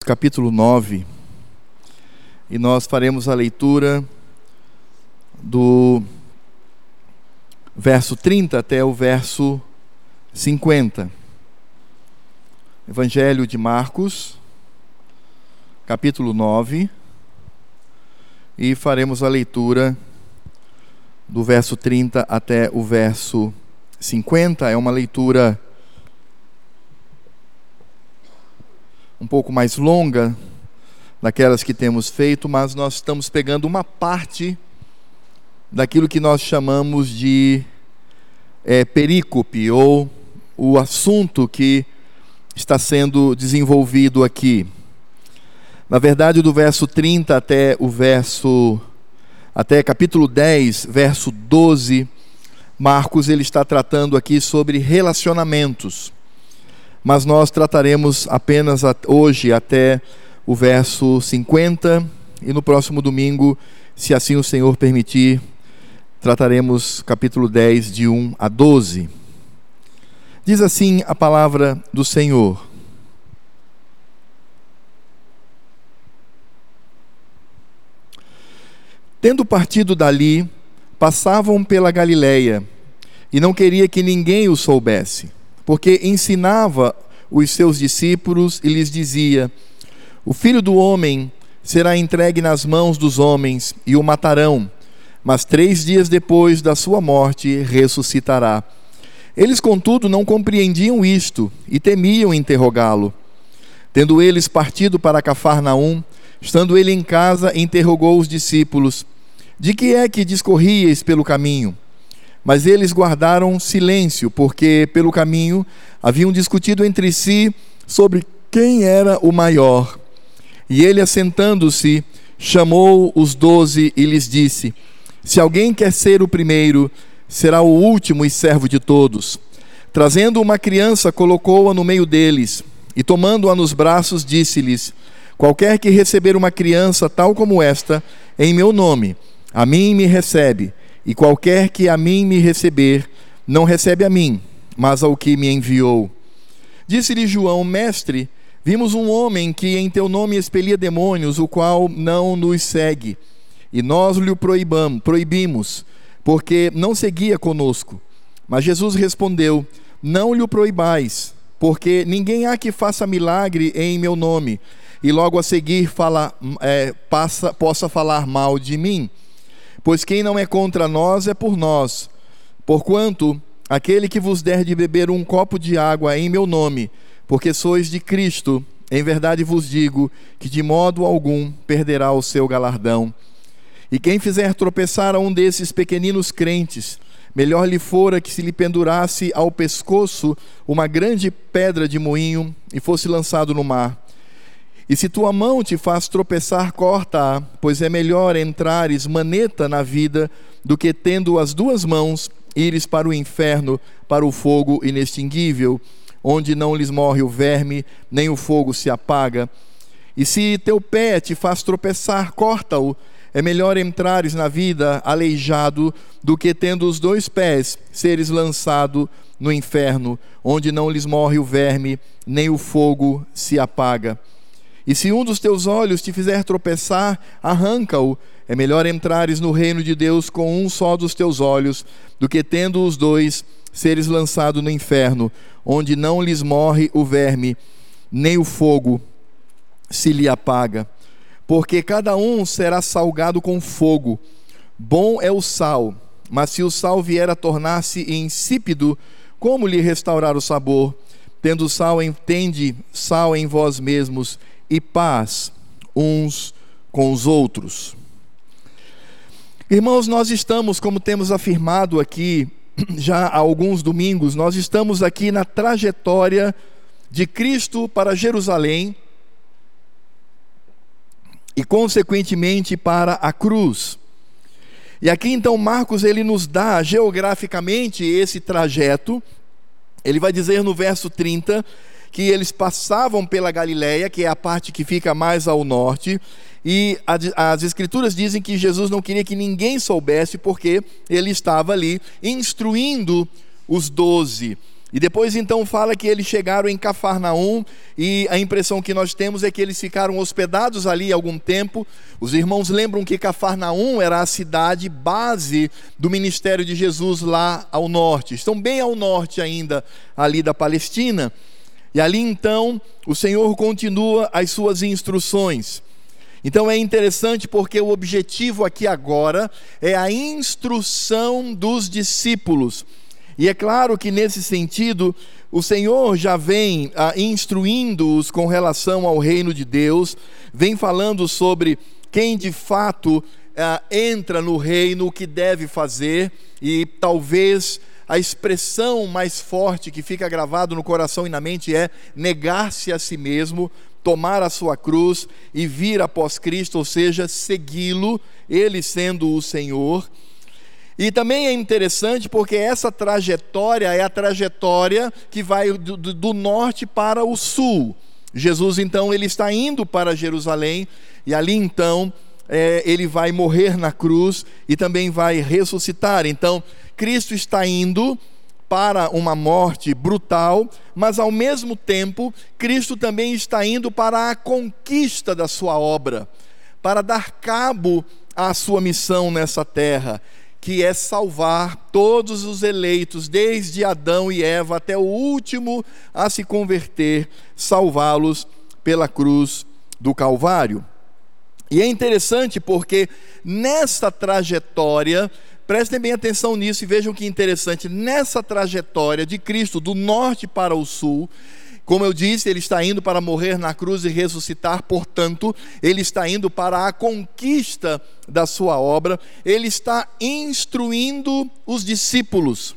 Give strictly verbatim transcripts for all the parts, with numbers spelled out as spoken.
capítulo nove, e nós faremos a leitura do verso trinta até o verso cinquenta. Evangelho de Marcos, capítulo nove, e faremos a leitura do verso trinta até o verso cinquenta. É uma leitura um pouco mais longa daquelas que temos feito, mas nós estamos pegando uma parte daquilo que nós chamamos de é, perícope, ou o assunto que está sendo desenvolvido aqui. Na verdade, do verso trinta até o verso até capítulo dez, verso doze, Marcos ele está tratando aqui sobre relacionamentos. Mas nós trataremos apenas hoje até o verso cinquenta, e no próximo domingo, se assim o Senhor permitir, trataremos capítulo dez, de um a doze. Diz assim a palavra do Senhor: Tendo partido dali, passavam pela Galileia, e não queria que ninguém o soubesse, porque ensinava os seus discípulos e lhes dizia: O Filho do Homem será entregue nas mãos dos homens, e o matarão, mas três dias depois da sua morte ressuscitará. Eles, contudo, não compreendiam isto, e temiam interrogá-lo. Tendo eles partido para Cafarnaum, estando ele em casa, interrogou os discípulos: De que é que discorríeis pelo caminho? Mas eles guardaram silêncio, porque pelo caminho haviam discutido entre si sobre quem era o maior. E ele, assentando-se, chamou os doze e lhes disse: Se alguém quer ser o primeiro, será o último e servo de todos. Trazendo uma criança, colocou-a no meio deles, e tomando-a nos braços, disse-lhes: Qualquer que receber uma criança tal como esta, em meu nome, a mim me recebe. E qualquer que a mim me receber, não recebe a mim, mas ao que me enviou. Disse-lhe João: Mestre, vimos um homem que em teu nome expelia demônios, o qual não nos segue. E nós lhe proibamos, proibimos, porque não seguia conosco. Mas Jesus respondeu: Não lhe proibais, porque ninguém há que faça milagre em meu nome, e logo a seguir fala, é, passa, possa falar mal de mim. Pois quem não é contra nós é por nós. Porquanto aquele que vos der de beber um copo de água em meu nome, porque sois de Cristo, em verdade vos digo que de modo algum perderá o seu galardão. E quem fizer tropeçar a um desses pequeninos crentes, melhor lhe fora que se lhe pendurasse ao pescoço uma grande pedra de moinho e fosse lançado no mar. E se tua mão te faz tropeçar, corta-a, pois é melhor entrares maneta na vida do que, tendo as duas mãos, ires para o inferno, para o fogo inextinguível, onde não lhes morre o verme, nem o fogo se apaga. E se teu pé te faz tropeçar, corta-o. É melhor entrares na vida aleijado do que, tendo os dois pés, seres lançado no inferno, onde não lhes morre o verme, nem o fogo se apaga. E se um dos teus olhos te fizer tropeçar, arranca-o. É melhor entrares no reino de Deus com um só dos teus olhos, do que, tendo os dois, seres lançado no inferno, onde não lhes morre o verme, nem o fogo se lhe apaga. Porque cada um será salgado com fogo. Bom é o sal, mas se o sal vier a tornar-se insípido, como lhe restaurar o sabor? Tendo sal, entende sal em vós mesmos, e paz uns com os outros. Irmãos, nós estamos, como temos afirmado aqui já há alguns domingos, nós estamos aqui na trajetória de Cristo para Jerusalém e consequentemente para a cruz. E aqui então Marcos ele nos dá geograficamente esse trajeto. Ele vai dizer no verso trinta que eles passavam pela Galileia, que é a parte que fica mais ao norte, e as escrituras dizem que Jesus não queria que ninguém soubesse, porque ele estava ali instruindo os doze. E depois então fala que eles chegaram em Cafarnaum, e a impressão que nós temos é que eles ficaram hospedados ali algum tempo. Os irmãos lembram que Cafarnaum era a cidade base do ministério de Jesus lá ao norte. Estão bem ao norte ainda ali da Palestina. E ali então o Senhor continua as suas instruções. Então é interessante porque o objetivo aqui agora é a instrução dos discípulos. E é claro que nesse sentido, o Senhor já vem ah, instruindo-os com relação ao reino de Deus, vem falando sobre quem de fato ah, entra no reino, o que deve fazer, e talvez a expressão mais forte que fica gravado no coração e na mente é negar-se a si mesmo, tomar a sua cruz e vir após Cristo, ou seja, segui-lo, ele sendo o Senhor. E também é interessante porque essa trajetória é a trajetória que vai do, do, do norte para o sul. Jesus então ele está indo para Jerusalém, e ali então é, ele vai morrer na cruz e também vai ressuscitar. Então Cristo está indo para uma morte brutal, mas ao mesmo tempo Cristo também está indo para a conquista da sua obra, para dar cabo à sua missão nessa terra, que é salvar todos os eleitos, desde Adão e Eva até o último a se converter, salvá-los pela cruz do Calvário. E é interessante porque nessa trajetória, prestem bem atenção nisso e vejam que interessante, nessa trajetória de Cristo do norte para o sul, como eu disse, ele está indo para morrer na cruz e ressuscitar, portanto, ele está indo para a conquista da sua obra, ele está instruindo os discípulos.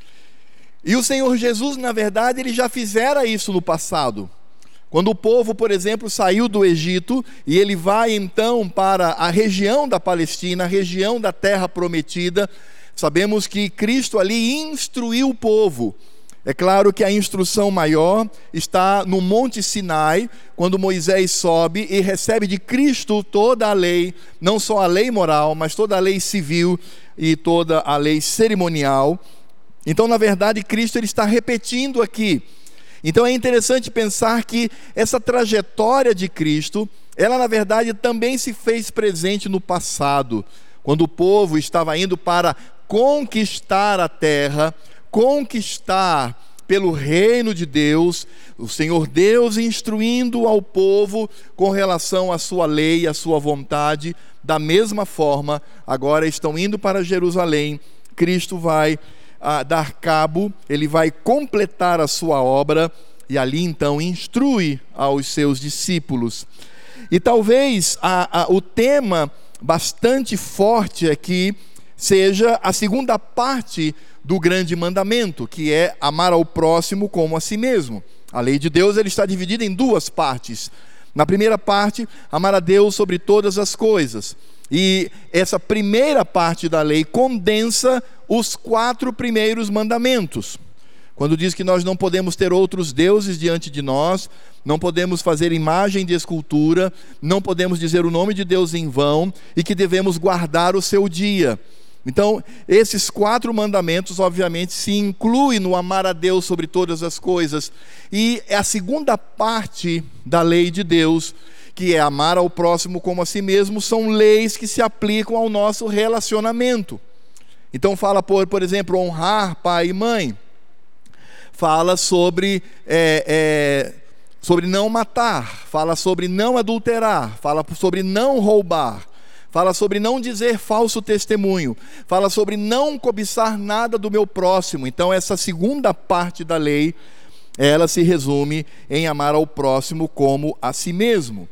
E o Senhor Jesus, na verdade, ele já fizera isso no passado. Quando o povo, por exemplo, saiu do Egito, e ele vai então para a região da Palestina, a região da terra prometida, sabemos que Cristo ali instruiu o povo. É claro que a instrução maior está no Monte Sinai, quando Moisés sobe e recebe de Cristo toda a lei, não só a lei moral, mas toda a lei civil e toda a lei cerimonial. Então, na verdade, Cristo ele está repetindo aqui. Então é interessante pensar que essa trajetória de Cristo, ela na verdade também se fez presente no passado, quando o povo estava indo para conquistar a terra, conquistar pelo reino de Deus, o Senhor Deus instruindo ao povo com relação à sua lei, à sua vontade. Da mesma forma, agora estão indo para Jerusalém, Cristo vai a dar cabo, ele vai completar a sua obra, e ali então instrui aos seus discípulos. E talvez a, a, o tema bastante forte aqui seja a segunda parte do grande mandamento, que é amar ao próximo como a si mesmo. A lei de Deus ele está dividida em duas partes. Na primeira parte, amar a Deus sobre todas as coisas. E essa primeira parte da lei condensa os quatro primeiros mandamentos. Quando diz que nós não podemos ter outros deuses diante de nós, não podemos fazer imagem de escultura, não podemos dizer o nome de Deus em vão, e que devemos guardar o seu dia. Então, esses quatro mandamentos, obviamente, se incluem no amar a Deus sobre todas as coisas. E a segunda parte da lei de Deus, que é amar ao próximo como a si mesmo, são leis que se aplicam ao nosso relacionamento. Então fala, por, por exemplo, honrar pai e mãe. Fala sobre, é, é, sobre não matar. Fala sobre não adulterar. Fala sobre não roubar. Fala sobre não dizer falso testemunho. Fala sobre não cobiçar nada do meu próximo. Então essa segunda parte da lei, ela se resume em amar ao próximo como a si mesmo.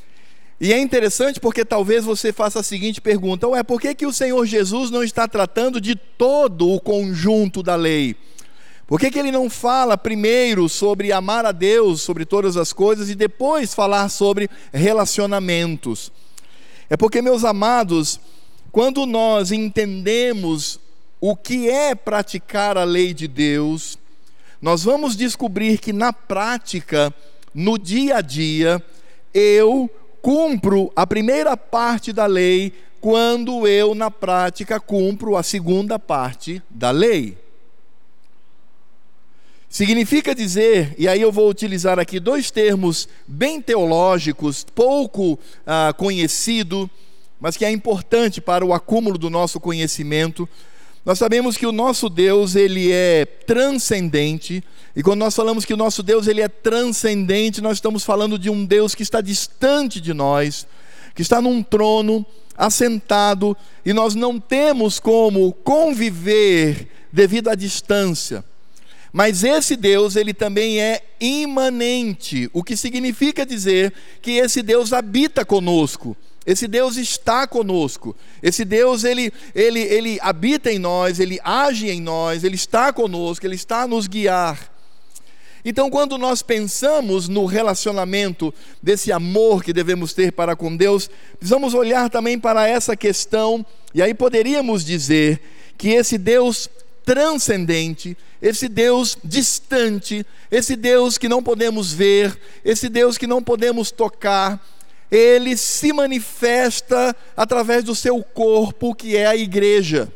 E é interessante porque talvez você faça a seguinte pergunta: ué, por que que o Senhor Jesus não está tratando de todo o conjunto da lei? Por que que ele não fala primeiro sobre amar a Deus sobre todas as coisas e depois falar sobre relacionamentos? É porque, meus amados, quando nós entendemos o que é praticar a lei de Deus, nós vamos descobrir que na prática, no dia a dia, eu cumpro a primeira parte da lei quando eu, na prática, cumpro a segunda parte da lei. Significa dizer, e aí eu vou utilizar aqui dois termos bem teológicos, pouco ah, conhecido, mas que é importante para o acúmulo do nosso conhecimento. Nós sabemos que o nosso Deus, ele é transcendente, e quando nós falamos que o nosso Deus, ele é transcendente, nós estamos falando de um Deus que está distante de nós, que está num trono, assentado, e nós não temos como conviver devido à distância. Mas esse Deus, ele também é imanente, o que significa dizer que esse Deus habita conosco. Esse Deus está conosco, esse Deus ele, ele, ele habita em nós, ele age em nós, ele está conosco, ele está a nos guiar. Então, quando nós pensamos no relacionamento desse amor que devemos ter para com Deus, precisamos olhar também para essa questão, e aí poderíamos dizer que esse Deus transcendente, esse Deus distante, esse Deus que não podemos ver, esse Deus que não podemos tocar, ele se manifesta através do seu corpo, que é a igreja.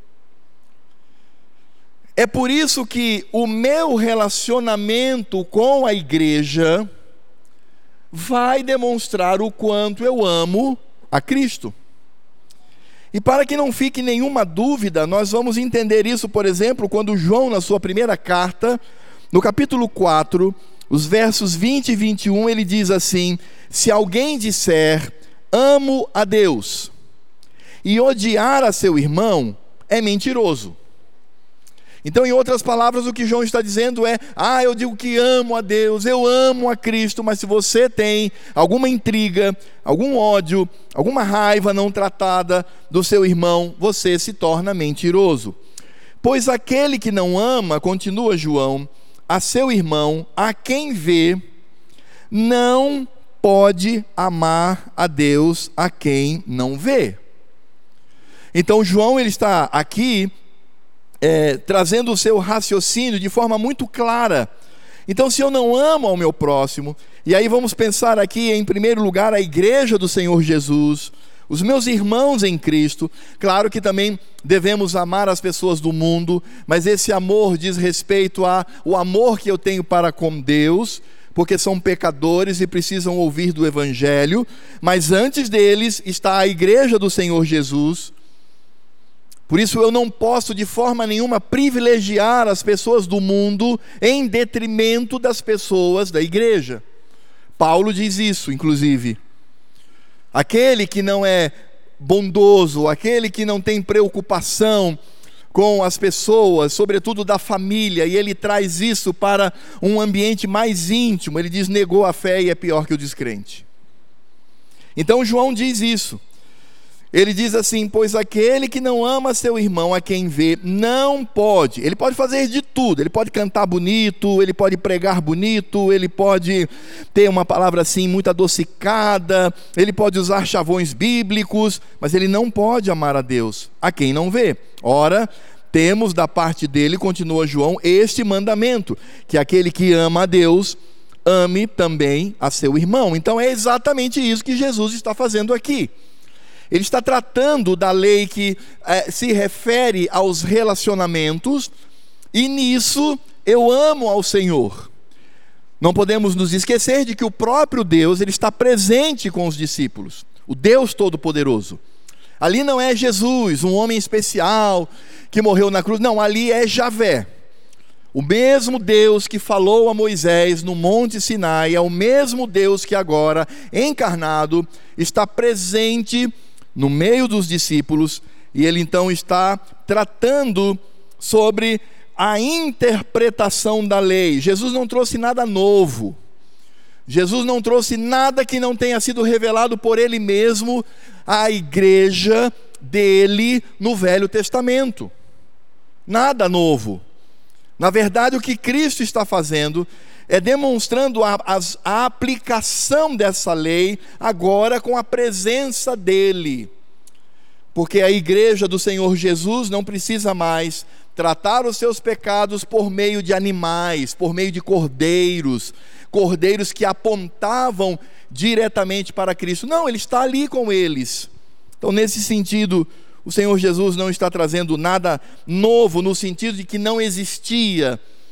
É por isso que o meu relacionamento com a igreja vai demonstrar o quanto eu amo a Cristo. E para que não fique nenhuma dúvida, nós vamos entender isso, por exemplo, quando João, na sua primeira carta, no capítulo quatro, os versos vinte e vinte e um, ele diz assim: se alguém disser, amo a Deus, e odiar a seu irmão, é mentiroso. Então, em outras palavras, o que João está dizendo é: ah, eu digo que amo a Deus, eu amo a Cristo, mas se você tem alguma intriga, algum ódio, alguma raiva não tratada do seu irmão, você se torna mentiroso. Pois aquele que não ama, continua João, a seu irmão, a quem vê, não pode amar a Deus a quem não vê. Então João, ele está aqui é, trazendo o seu raciocínio de forma muito clara. Então, se eu não amo ao meu próximo, e aí vamos pensar aqui em primeiro lugar a igreja do Senhor Jesus, os meus irmãos em Cristo. Claro que também devemos amar as pessoas do mundo, mas esse amor diz respeito ao amor que eu tenho para com Deus, porque são pecadores e precisam ouvir do Evangelho. Mas antes deles está a igreja do Senhor Jesus. Por isso eu não posso de forma nenhuma privilegiar as pessoas do mundo em detrimento das pessoas da igreja. Paulo diz isso, inclusive. Aquele que não é bondoso, aquele que não tem preocupação com as pessoas, sobretudo da família, e ele traz isso para um ambiente mais íntimo, ele diz: negou a fé e é pior que o descrente. Então João diz isso. Ele diz assim: pois aquele que não ama seu irmão a quem vê, não pode. Ele pode fazer de tudo, ele pode cantar bonito, ele pode pregar bonito, ele pode ter uma palavra assim muito adocicada, ele pode usar chavões bíblicos, mas ele não pode amar a Deus a quem não vê. Ora, temos da parte dele, continua João, este mandamento, que aquele que ama a Deus, ame também a seu irmão. Então é exatamente isso que Jesus está fazendo aqui. Ele está tratando da lei que eh, se refere aos relacionamentos, e nisso eu amo ao Senhor. Não podemos nos esquecer de que o próprio Deus, ele está presente com os discípulos, o Deus Todo-Poderoso. Ali não é Jesus, um homem especial que morreu na cruz, não, ali é Javé. O mesmo Deus que falou a Moisés no Monte Sinai, é o mesmo Deus que agora, encarnado, está presente no meio dos discípulos, e ele então está tratando sobre a interpretação da lei. Jesus não trouxe nada novo, Jesus não trouxe nada que não tenha sido revelado por ele mesmo à igreja dele no Velho Testamento. Nada novo. Na verdade, o que Cristo está fazendo é demonstrando a, a, a aplicação dessa lei agora com a presença dele. Porque a igreja do Senhor Jesus não precisa mais tratar os seus pecados por meio de animais, por meio de cordeiros, cordeiros que apontavam diretamente para Cristo. Não, ele está ali com eles. Então, nesse sentido, o Senhor Jesus não está trazendo nada novo, no sentido de que não existia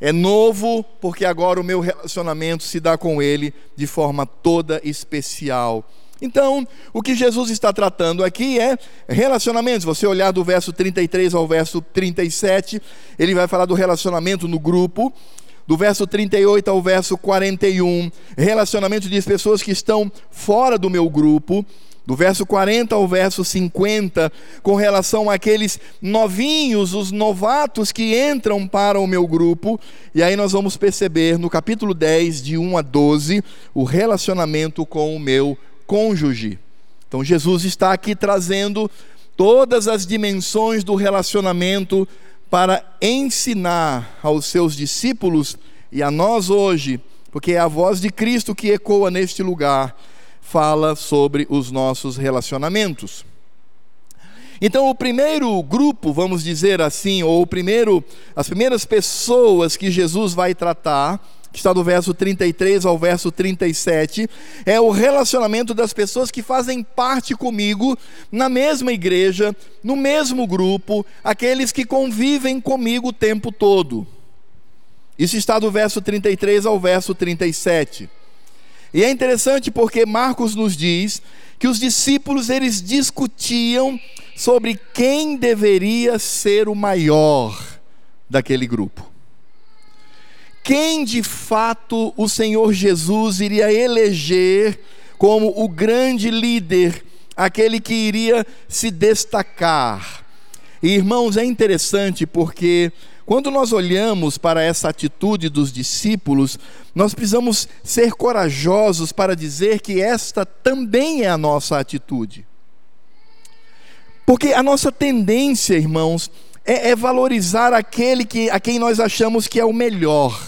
É novo porque agora o meu relacionamento se dá com Ele de forma toda especial. Então, o que Jesus está tratando aqui é relacionamentos. Se você olhar do verso trinta e três ao verso trinta e sete, ele vai falar do relacionamento no grupo. Do verso trinta e oito ao verso quarenta e um, relacionamento de pessoas que estão fora do meu grupo. Do verso quarenta ao verso cinquenta, com relação àqueles novinhos, os novatos que entram para o meu grupo. E aí nós vamos perceber no capítulo dez, de um a doze, o relacionamento com o meu cônjuge. Então Jesus está aqui trazendo todas as dimensões do relacionamento para ensinar aos seus discípulos e a nós hoje, porque é a voz de Cristo que ecoa neste lugar, fala sobre os nossos relacionamentos. Então o primeiro grupo, vamos dizer assim, ou o primeiro, as primeiras pessoas que Jesus vai tratar, que está do verso trinta e três ao verso trinta e sete, é o relacionamento das pessoas que fazem parte comigo na mesma igreja, no mesmo grupo, aqueles que convivem comigo o tempo todo. Isso está do verso trinta e três ao verso trinta e sete. E é interessante porque Marcos nos diz que os discípulos, eles discutiam sobre quem deveria ser o maior daquele grupo. Quem de fato o Senhor Jesus iria eleger como o grande líder, aquele que iria se destacar. E irmãos, é interessante porque quando nós olhamos para essa atitude dos discípulos, nós precisamos ser corajosos para dizer que esta também é a nossa atitude. Porque a nossa tendência, irmãos, é, é valorizar aquele que, a quem nós achamos que é o melhor.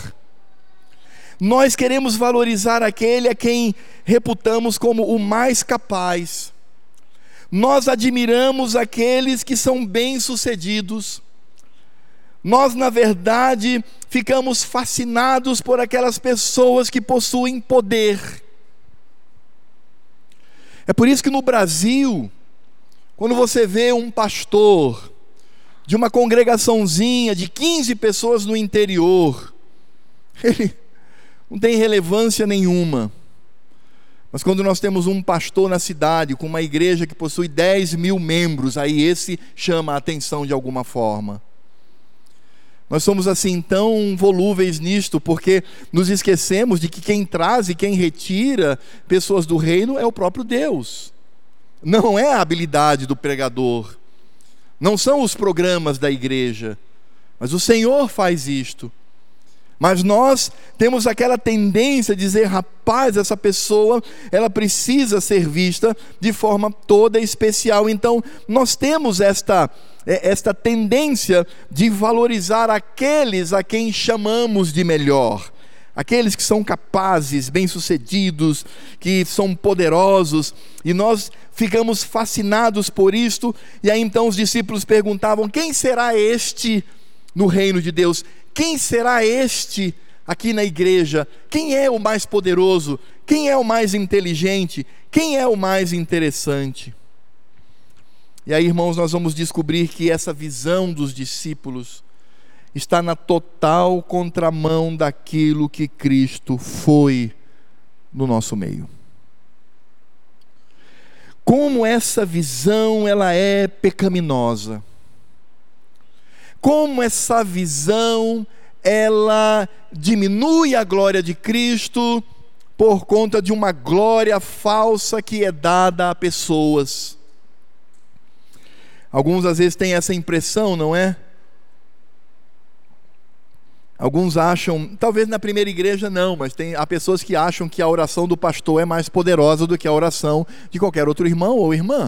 Nós queremos valorizar aquele a quem reputamos como o mais capaz. Nós admiramos aqueles que são bem-sucedidos. Nós, na verdade, ficamos fascinados por aquelas pessoas que possuem poder. É por isso que no Brasil, quando você vê um pastor de uma congregaçãozinha de quinze pessoas no interior, ele não tem relevância nenhuma. Mas quando nós temos um pastor na cidade, com uma igreja que possui dez mil membros, aí esse chama a atenção de alguma forma. Nós somos assim tão volúveis nisto, porque nos esquecemos de que quem traz e quem retira pessoas do reino é o próprio Deus. Não é a habilidade do pregador, não são os programas da igreja, mas o Senhor faz isto. Mas nós temos aquela tendência de dizer, rapaz, essa pessoa, ela precisa ser vista de forma toda especial. Então, nós temos esta, esta tendência de valorizar aqueles a quem chamamos de melhor. Aqueles que são capazes, bem-sucedidos, que são poderosos. E nós ficamos fascinados por isto. E aí então os discípulos perguntavam, quem será este no reino de Deus? Quem será este aqui na igreja? Quem é o mais poderoso? Quem é o mais inteligente? Quem é o mais interessante? E aí, irmãos, nós vamos descobrir que essa visão dos discípulos está na total contramão daquilo que Cristo foi no nosso meio. Como essa visão ela é pecaminosa. Como essa visão, ela diminui a glória de Cristo por conta de uma glória falsa que é dada a pessoas. Alguns às vezes têm essa impressão, não é? Alguns acham, talvez na primeira igreja não, mas tem, há pessoas que acham que a oração do pastor é mais poderosa do que a oração de qualquer outro irmão ou irmã.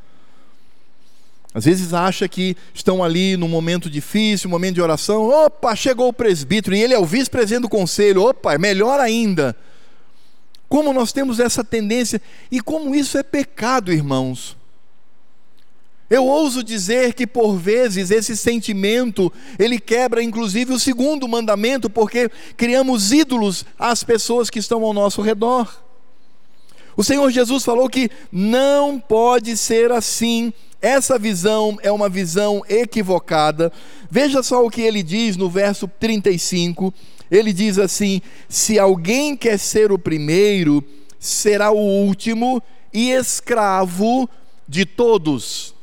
Às vezes acha que estão ali num momento difícil, um momento de oração, opa, chegou o presbítero, e ele é o vice-presidente do conselho, opa, é melhor ainda. Como nós temos essa tendência, e como isso é pecado, irmãos. Eu ouso dizer que por vezes esse sentimento, ele quebra inclusive o segundo mandamento, porque criamos ídolos às pessoas que estão ao nosso redor. O Senhor Jesus falou que não pode ser assim Essa visão é uma visão equivocada. Veja só o que ele diz no verso trinta e cinco. Ele diz assim: se alguém quer ser o primeiro, será o último e escravo de todos.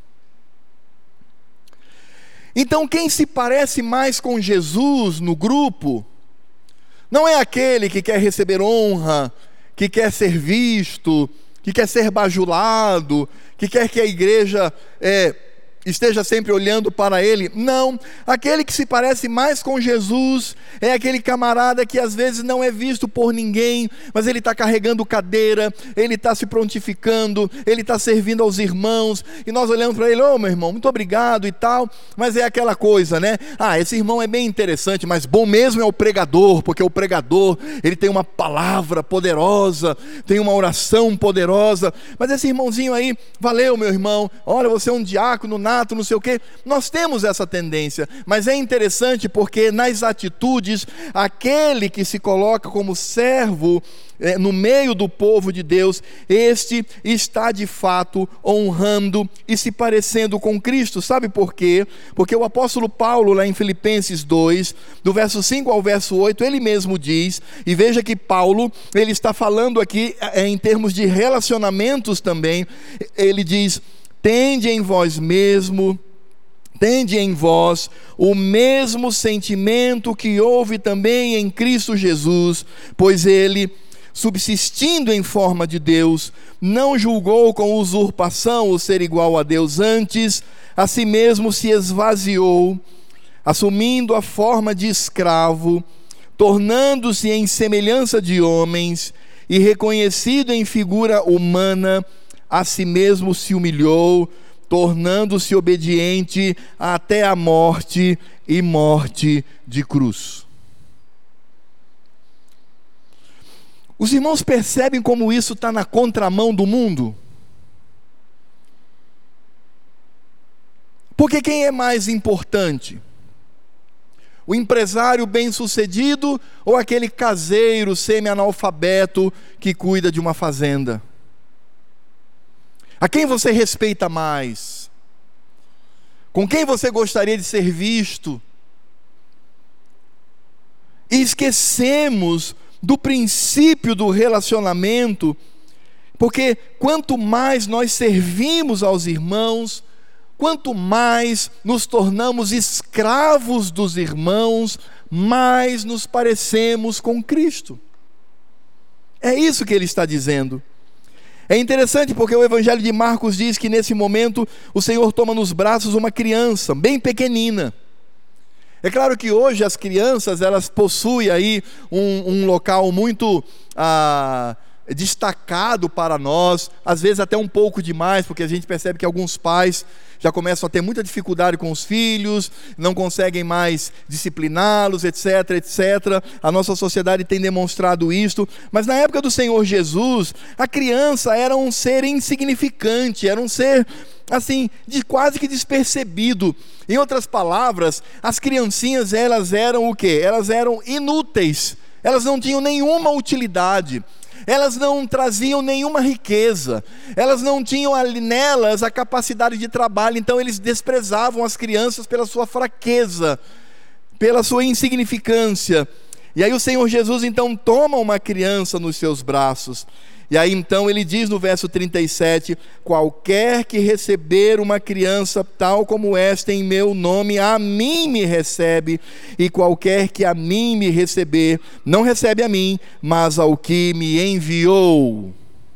Então, quem se parece mais com Jesus no grupo, não é aquele que quer receber honra, que quer ser visto, que quer ser bajulado, que quer que a igreja é, esteja sempre olhando para ele. Não, aquele que se parece mais com Jesus é aquele camarada que às vezes não é visto por ninguém, mas ele está carregando cadeira, ele está se prontificando, ele está servindo aos irmãos, e nós olhamos para ele: ô oh, meu irmão, muito obrigado e tal, mas é aquela coisa, né? Ah, esse irmão é bem interessante, mas bom mesmo é o pregador, porque o pregador, ele tem uma palavra poderosa, tem uma oração poderosa, mas esse irmãozinho aí, valeu meu irmão, olha, você é um diácono nato, não sei o quê. Nós temos essa tendência, mas é interessante porque nas atitudes, aquele que se coloca como servo é, no meio do povo de Deus, este está de fato honrando e se parecendo com Cristo. Sabe por quê? Porque o apóstolo Paulo, lá em Filipenses dois, do verso cinco ao verso oito, ele mesmo diz, e veja que Paulo, ele está falando aqui é, em termos de relacionamentos também. Ele diz: tende em vós mesmo, tende em vós o mesmo sentimento que houve também em Cristo Jesus, pois ele, subsistindo em forma de Deus, não julgou com usurpação o ser igual a Deus, antes a si mesmo se esvaziou, assumindo a forma de escravo, tornando-se em semelhança de homens, e reconhecido em figura humana, a si mesmo se humilhou, tornando-se obediente até a morte, e morte de cruz. Os irmãos percebem como isso está na contramão do mundo? Porque quem é mais importante? O empresário bem-sucedido ou aquele caseiro semi-analfabeto que cuida de uma fazenda? A quem você respeita mais? Com quem você gostaria de ser visto? E esquecemos do princípio do relacionamento, porque quanto mais nós servimos aos irmãos, quanto mais nos tornamos escravos dos irmãos, mais nos parecemos com Cristo. É isso que ele está dizendo. É interessante porque o Evangelho de Marcos diz que nesse momento o Senhor toma nos braços uma criança bem pequenina. É claro que hoje as crianças, elas possuem aí um, um local muito ah, destacado para nós, às vezes até um pouco demais, porque a gente percebe que alguns pais já começam a ter muita dificuldade com os filhos, não conseguem mais discipliná-los, etc, etcétera. A nossa sociedade tem demonstrado isto, mas na época do Senhor Jesus, a criança era um ser insignificante, era um ser assim, de quase que despercebido. Em outras palavras, as criancinhas, elas eram o quê? Elas eram inúteis, elas não tinham nenhuma utilidade, elas não traziam nenhuma riqueza, elas não tinham ali nelas a capacidade de trabalho. Então eles desprezavam as crianças pela sua fraqueza, pela sua insignificância. E aí o Senhor Jesus então toma uma criança nos seus braços, e aí então ele diz no verso trinta e sete: qualquer que receber uma criança tal como esta em meu nome, a mim me recebe, e qualquer que a mim me receber, não recebe a mim, mas ao que me enviou.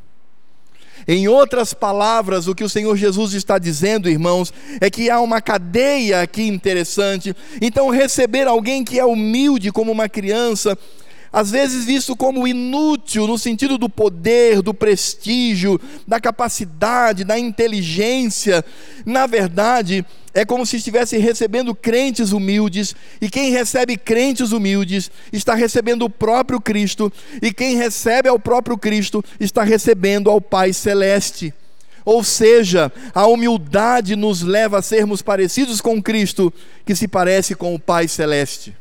Em outras palavras, o que o Senhor Jesus está dizendo, irmãos, é que há uma cadeia aqui interessante. Então receber alguém que é humilde como uma criança, às vezes visto como inútil no sentido do poder, do prestígio, da capacidade, da inteligência, na verdade é como se estivesse recebendo crentes humildes, e quem recebe crentes humildes está recebendo o próprio Cristo, e quem recebe ao próprio Cristo está recebendo ao Pai Celeste. Ou seja, a humildade nos leva a sermos parecidos com Cristo, que se parece com o Pai Celeste.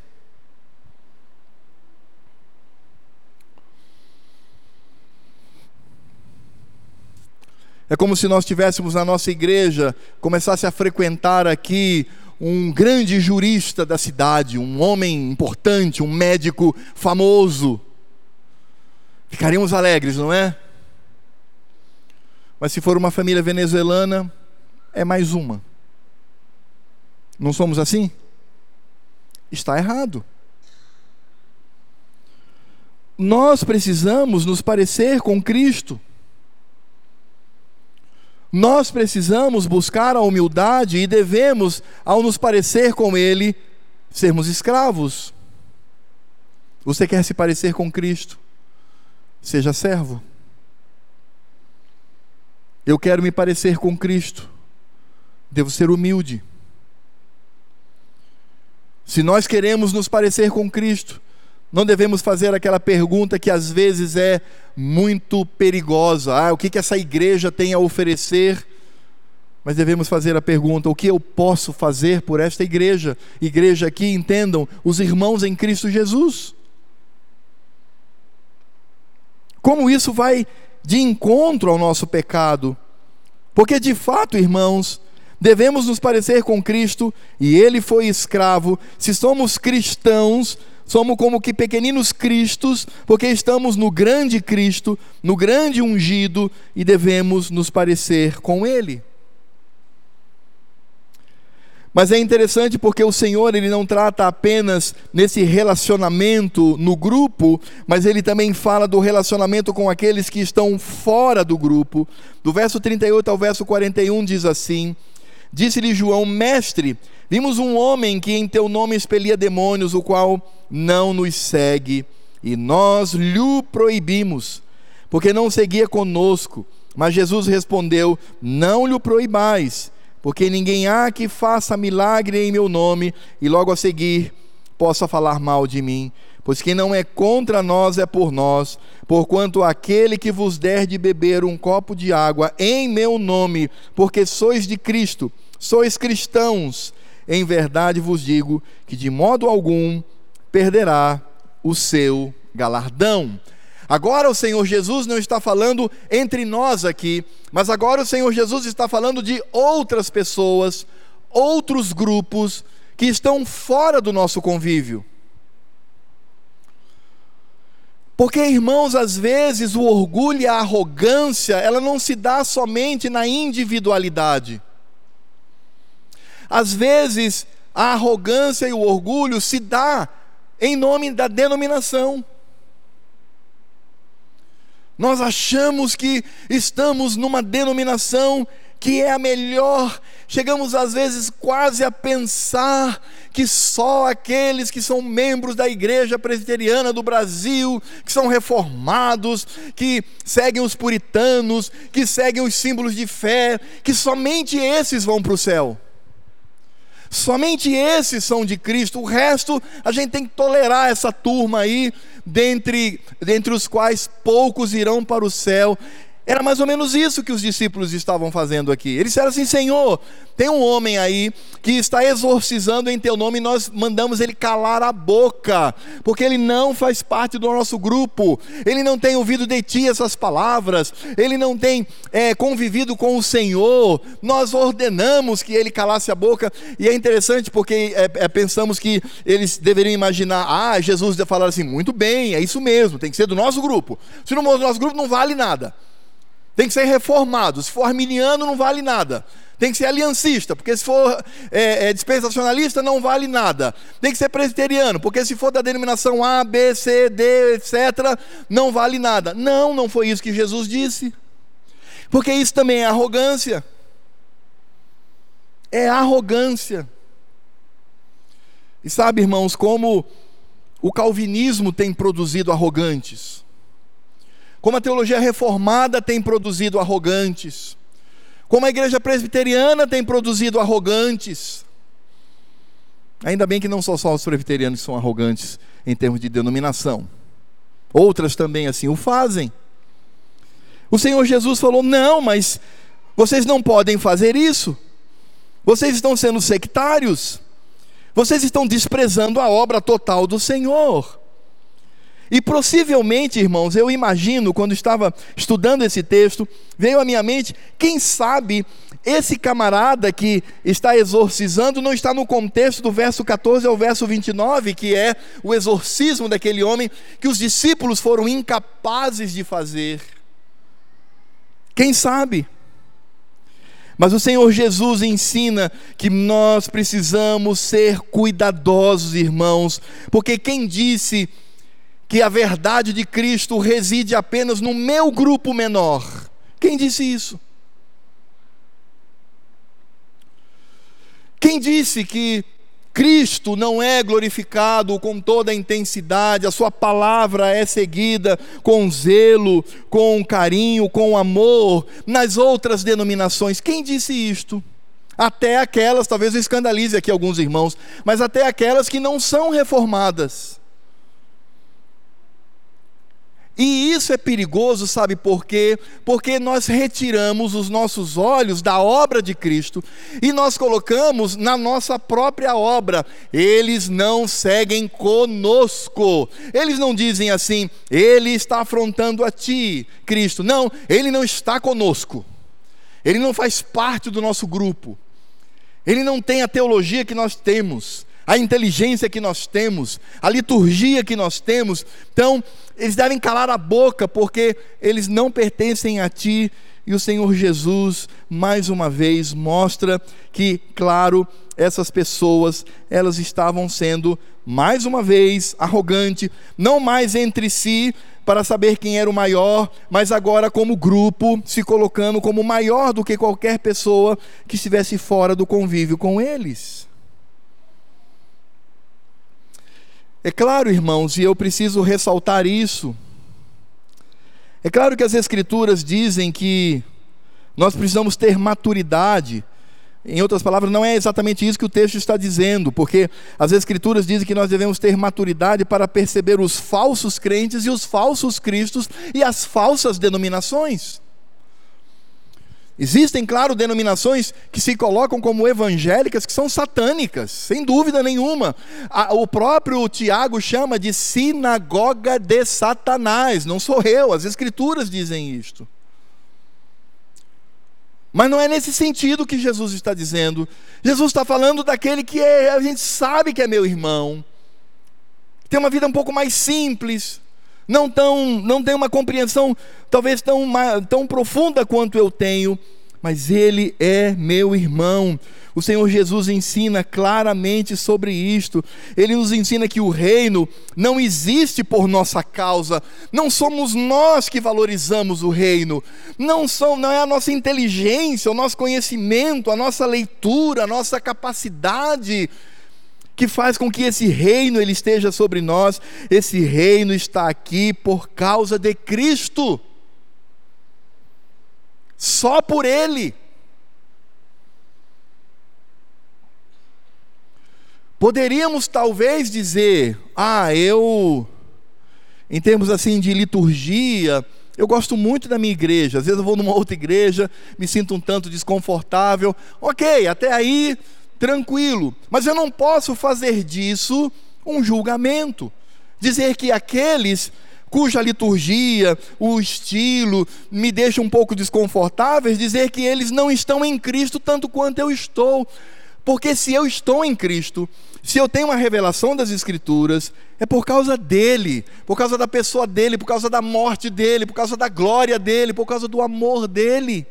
É como se nós tivéssemos na nossa igreja, começasse a frequentar aqui um grande jurista da cidade, um homem importante, um médico famoso. Ficaríamos alegres, não é? Mas se for uma família venezuelana, é mais uma. Não somos assim? Está errado. Nós precisamos nos parecer com Cristo. Nós precisamos buscar a humildade e devemos, ao nos parecer com Ele, sermos escravos. Você quer se parecer com Cristo? Seja servo. Eu quero me parecer com Cristo. Devo ser humilde. Se nós queremos nos parecer com Cristo, não devemos fazer aquela pergunta que às vezes é muito perigosa. Ah, o que que essa igreja tem a oferecer? Mas devemos fazer a pergunta: o que eu posso fazer por esta igreja? Igreja aqui, entendam, os irmãos em Cristo Jesus. Como isso vai de encontro ao nosso pecado? Porque de fato, irmãos, devemos nos parecer com Cristo, e Ele foi escravo. Se somos cristãos, somos como que pequeninos cristos, porque estamos no grande Cristo, no grande ungido, e devemos nos parecer com Ele. Mas é interessante porque o Senhor, Ele não trata apenas nesse relacionamento no grupo, mas Ele também fala do relacionamento com aqueles que estão fora do grupo. Do verso trinta e oito ao verso quarenta e um diz assim: disse-lhe João: mestre, vimos um homem que em teu nome expelia demônios, o qual não nos segue, e nós lhe proibimos, porque não seguia conosco. Mas Jesus respondeu: não lhe proibais, porque ninguém há que faça milagre em meu nome, e logo a seguir possa falar mal de mim. Pois quem não é contra nós é por nós. Porquanto aquele que vos der de beber um copo de água em meu nome, porque sois de Cristo, sois cristãos, em verdade vos digo que de modo algum perderá o seu galardão. Agora o Senhor Jesus não está falando entre nós aqui, mas agora o Senhor Jesus está falando de outras pessoas, outros grupos que estão fora do nosso convívio. Porque, irmãos, às vezes o orgulho e a arrogância, ela não se dá somente na individualidade. Às vezes a arrogância e o orgulho se dá em nome da denominação. Nós achamos que estamos numa denominação que é a melhor. Chegamos às vezes quase a pensar que só aqueles que são membros da Igreja Presbiteriana do Brasil, que são reformados, que seguem os puritanos, que seguem os símbolos de fé, que somente esses vão para o céu. Somente esses são de Cristo. O resto a gente tem que tolerar essa turma aí, dentre, dentre os quais poucos irão para o céu. Era mais ou menos isso que os discípulos estavam fazendo aqui. Eles disseram assim: Senhor, tem um homem aí que está exorcizando em teu nome, e nós mandamos ele calar a boca, porque ele não faz parte do nosso grupo, ele não tem ouvido de ti essas palavras, ele não tem é, convivido com o Senhor. Nós ordenamos que ele calasse a boca. E é interessante porque é, é, pensamos que eles deveriam imaginar: ah, Jesus ia falar assim, muito bem, é isso mesmo, tem que ser do nosso grupo. Se não for do nosso grupo, não vale nada. Tem que ser reformado. Se for arminiano, não vale nada. Tem que ser aliancista, porque se for é, é, dispensacionalista, não vale nada. Tem que ser presbiteriano, porque se for da denominação A, B, C, D, etcétera, não vale nada. Não, não foi isso que Jesus disse. Porque isso também é arrogância. É arrogância. E sabe, irmãos, como o calvinismo tem produzido arrogantes, como a teologia reformada tem produzido arrogantes, como a igreja presbiteriana tem produzido arrogantes. Ainda bem que não são só os presbiterianos que são arrogantes em termos de denominação, outras também assim o fazem. O Senhor Jesus falou: não, mas vocês não podem fazer isso, vocês estão sendo sectários, vocês estão desprezando a obra total do Senhor. E possivelmente, irmãos, eu imagino, quando estava estudando esse texto, veio à minha mente, quem sabe esse camarada que está exorcizando não está no contexto do verso catorze ao verso vinte e nove, que é o exorcismo daquele homem que os discípulos foram incapazes de fazer. Quem sabe? Mas o Senhor Jesus ensina que nós precisamos ser cuidadosos, irmãos, porque quem disse que a verdade de Cristo reside apenas no meu grupo menor? Quem disse isso? Quem disse que Cristo não é glorificado com toda a intensidade, a sua palavra é seguida com zelo, com carinho, com amor, nas outras denominações? Quem disse isto? Até aquelas, talvez eu escandalize aqui alguns irmãos, mas até aquelas que não são reformadas. E isso é perigoso, sabe por quê? Porque nós retiramos os nossos olhos da obra de Cristo e nós colocamos na nossa própria obra. Eles não seguem conosco. Eles não dizem assim: Ele está afrontando a ti, Cristo. Não, Ele não está conosco. Ele não faz parte do nosso grupo. Ele não tem a teologia que nós temos, a inteligência que nós temos, a liturgia que nós temos. Então, eles devem calar a boca, porque eles não pertencem a ti. E o Senhor Jesus, mais uma vez, mostra que, claro, essas pessoas, elas estavam sendo, mais uma vez, arrogantes, não mais entre si, para saber quem era o maior, mas agora como grupo, se colocando como maior do que qualquer pessoa que estivesse fora do convívio com eles. É claro, irmãos, e eu preciso ressaltar isso, é claro que as Escrituras dizem que nós precisamos ter maturidade. Em outras palavras, não é exatamente isso que o texto está dizendo, porque as Escrituras dizem que nós devemos ter maturidade para perceber os falsos crentes e os falsos cristos e as falsas denominações. Existem, claro, denominações que se colocam como evangélicas, que são satânicas, sem dúvida nenhuma. O próprio Tiago chama de sinagoga de Satanás, não sou eu, as Escrituras dizem isto. Mas não é nesse sentido que Jesus está dizendo. Jesus está falando daquele que é, a gente sabe que é meu irmão, tem uma vida um pouco mais simples, não, tão, não tem uma compreensão talvez tão, tão profunda quanto eu tenho, mas ele é meu irmão. O Senhor Jesus ensina claramente sobre isto. Ele nos ensina que o reino não existe por nossa causa. Não somos nós que valorizamos o reino. Não, são, não é a nossa inteligência, o nosso conhecimento, a nossa leitura, a nossa capacidade que faz com que esse reino ele esteja sobre nós. Esse reino está aqui por causa de Cristo. Só por Ele. Poderíamos talvez dizer, ah, eu, em termos assim de liturgia, eu gosto muito da minha igreja. Às vezes eu vou numa outra igreja, me sinto um tanto desconfortável. Ok, até aí, tranquilo. Mas eu não posso fazer disso um julgamento. Dizer que aqueles cuja liturgia, o estilo, me deixa um pouco desconfortáveis, dizer que eles não estão em Cristo tanto quanto eu estou. Porque se eu estou em Cristo, se eu tenho uma revelação das Escrituras, é por causa dele, por causa da pessoa dele, por causa da morte dele, por causa da glória dele, por causa do amor dele.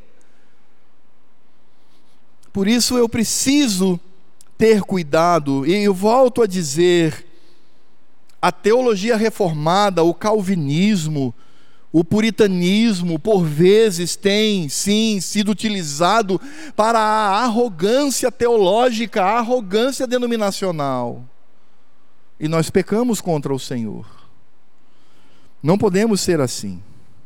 Por isso eu preciso ter cuidado, e eu volto a dizer, a teologia reformada, o calvinismo, o puritanismo, por vezes tem, sim, sido utilizado para a arrogância teológica, a arrogância denominacional. E nós pecamos contra o Senhor. Não podemos ser assim.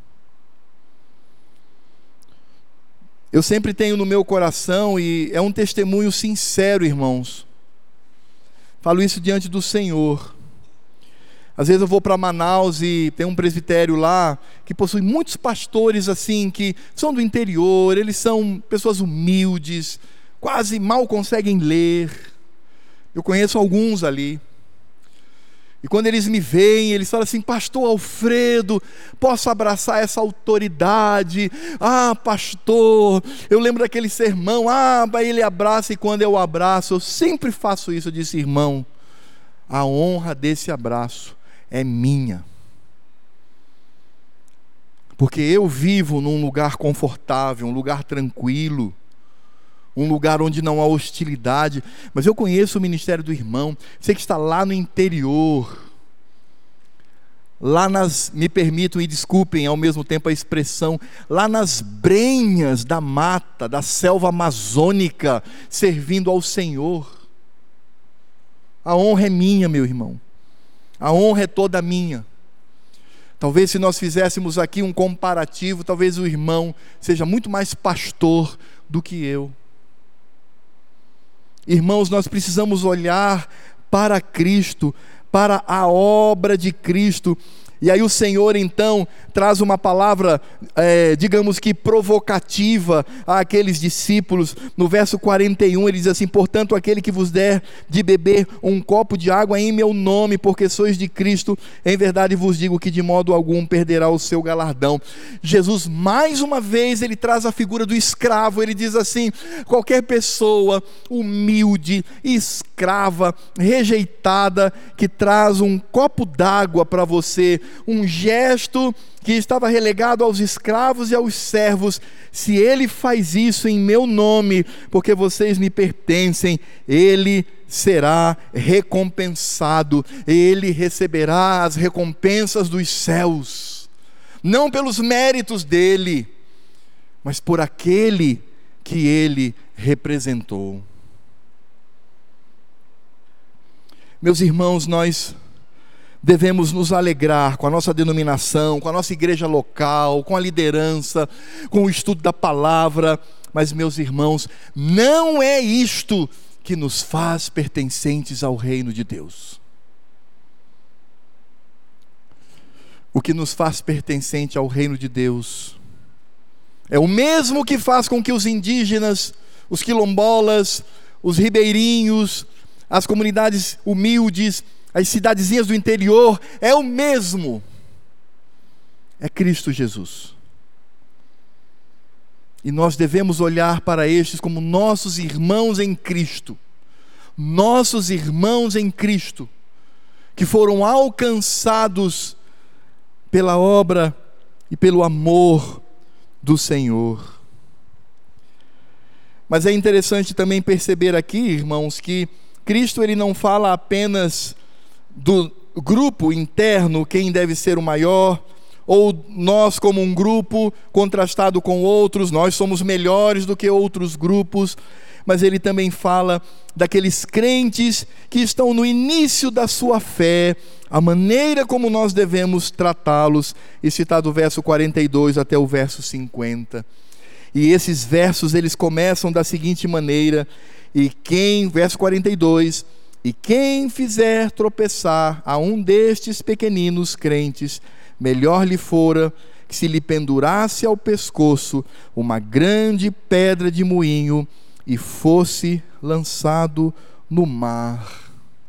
Eu sempre tenho no meu coração, e é um testemunho sincero, irmãos. Falo isso diante do Senhor. Às vezes eu vou para Manaus e tem um presbitério lá que possui muitos pastores assim, que são do interior, eles são pessoas humildes, quase mal conseguem ler. Eu conheço alguns ali. E quando eles me veem, eles falam assim: pastor Alfredo, posso abraçar essa autoridade? Ah, pastor, eu lembro daquele sermão, ah, ele abraça, e quando eu abraço, eu sempre faço isso. Eu disse: irmão, a honra desse abraço é minha, porque eu vivo num lugar confortável, um lugar tranquilo, um lugar onde não há hostilidade. Mas eu conheço o ministério do irmão, sei que está lá no interior, lá nas, me permitam e desculpem ao mesmo tempo a expressão, lá nas brenhas da mata, da selva amazônica, servindo ao Senhor. A honra é minha, meu irmão, a honra é toda minha. Talvez se nós fizéssemos aqui um comparativo, talvez o irmão seja muito mais pastor do que eu. Irmãos, nós precisamos olhar para Cristo, para a obra de Cristo. E aí o Senhor então traz uma palavra, é, digamos que provocativa àqueles discípulos. No verso quarenta e um ele diz assim: portanto, aquele que vos der de beber um copo de água em meu nome, porque sois de Cristo, em verdade vos digo que de modo algum perderá o seu galardão. Jesus, mais uma vez, ele traz a figura do escravo. Ele diz assim: qualquer pessoa humilde, escrava, rejeitada, que traz um copo d'água para você, um gesto que estava relegado aos escravos e aos servos, se ele faz isso em meu nome, porque vocês me pertencem, ele será recompensado, ele receberá as recompensas dos céus, não pelos méritos dele, mas por aquele que ele representou. Meus irmãos, nós devemos nos alegrar com a nossa denominação, com a nossa igreja local, com a liderança, com o estudo da palavra, mas, meus irmãos, não é isto que nos faz pertencentes ao reino de Deus. O que nos faz pertencente ao reino de Deus é o mesmo que faz com que os indígenas, os quilombolas, os ribeirinhos, as comunidades humildes, as cidadezinhas do interior, é o mesmo, é Cristo Jesus. E nós devemos olhar para estes como nossos irmãos em Cristo, nossos irmãos em Cristo, que foram alcançados pela obra e pelo amor do Senhor. Mas é interessante também perceber aqui, irmãos, que Cristo ele não fala apenas do grupo interno, quem deve ser o maior, ou nós como um grupo contrastado com outros, nós somos melhores do que outros grupos, mas ele também fala daqueles crentes que estão no início da sua fé, a maneira como nós devemos tratá-los, e citar do verso quarenta e dois até o verso cinquenta. E esses versos eles começam da seguinte maneira: e quem, verso quarenta e dois, e quem fizer tropeçar a um destes pequeninos crentes, melhor lhe fora que se lhe pendurasse ao pescoço uma grande pedra de moinho e fosse lançado no mar.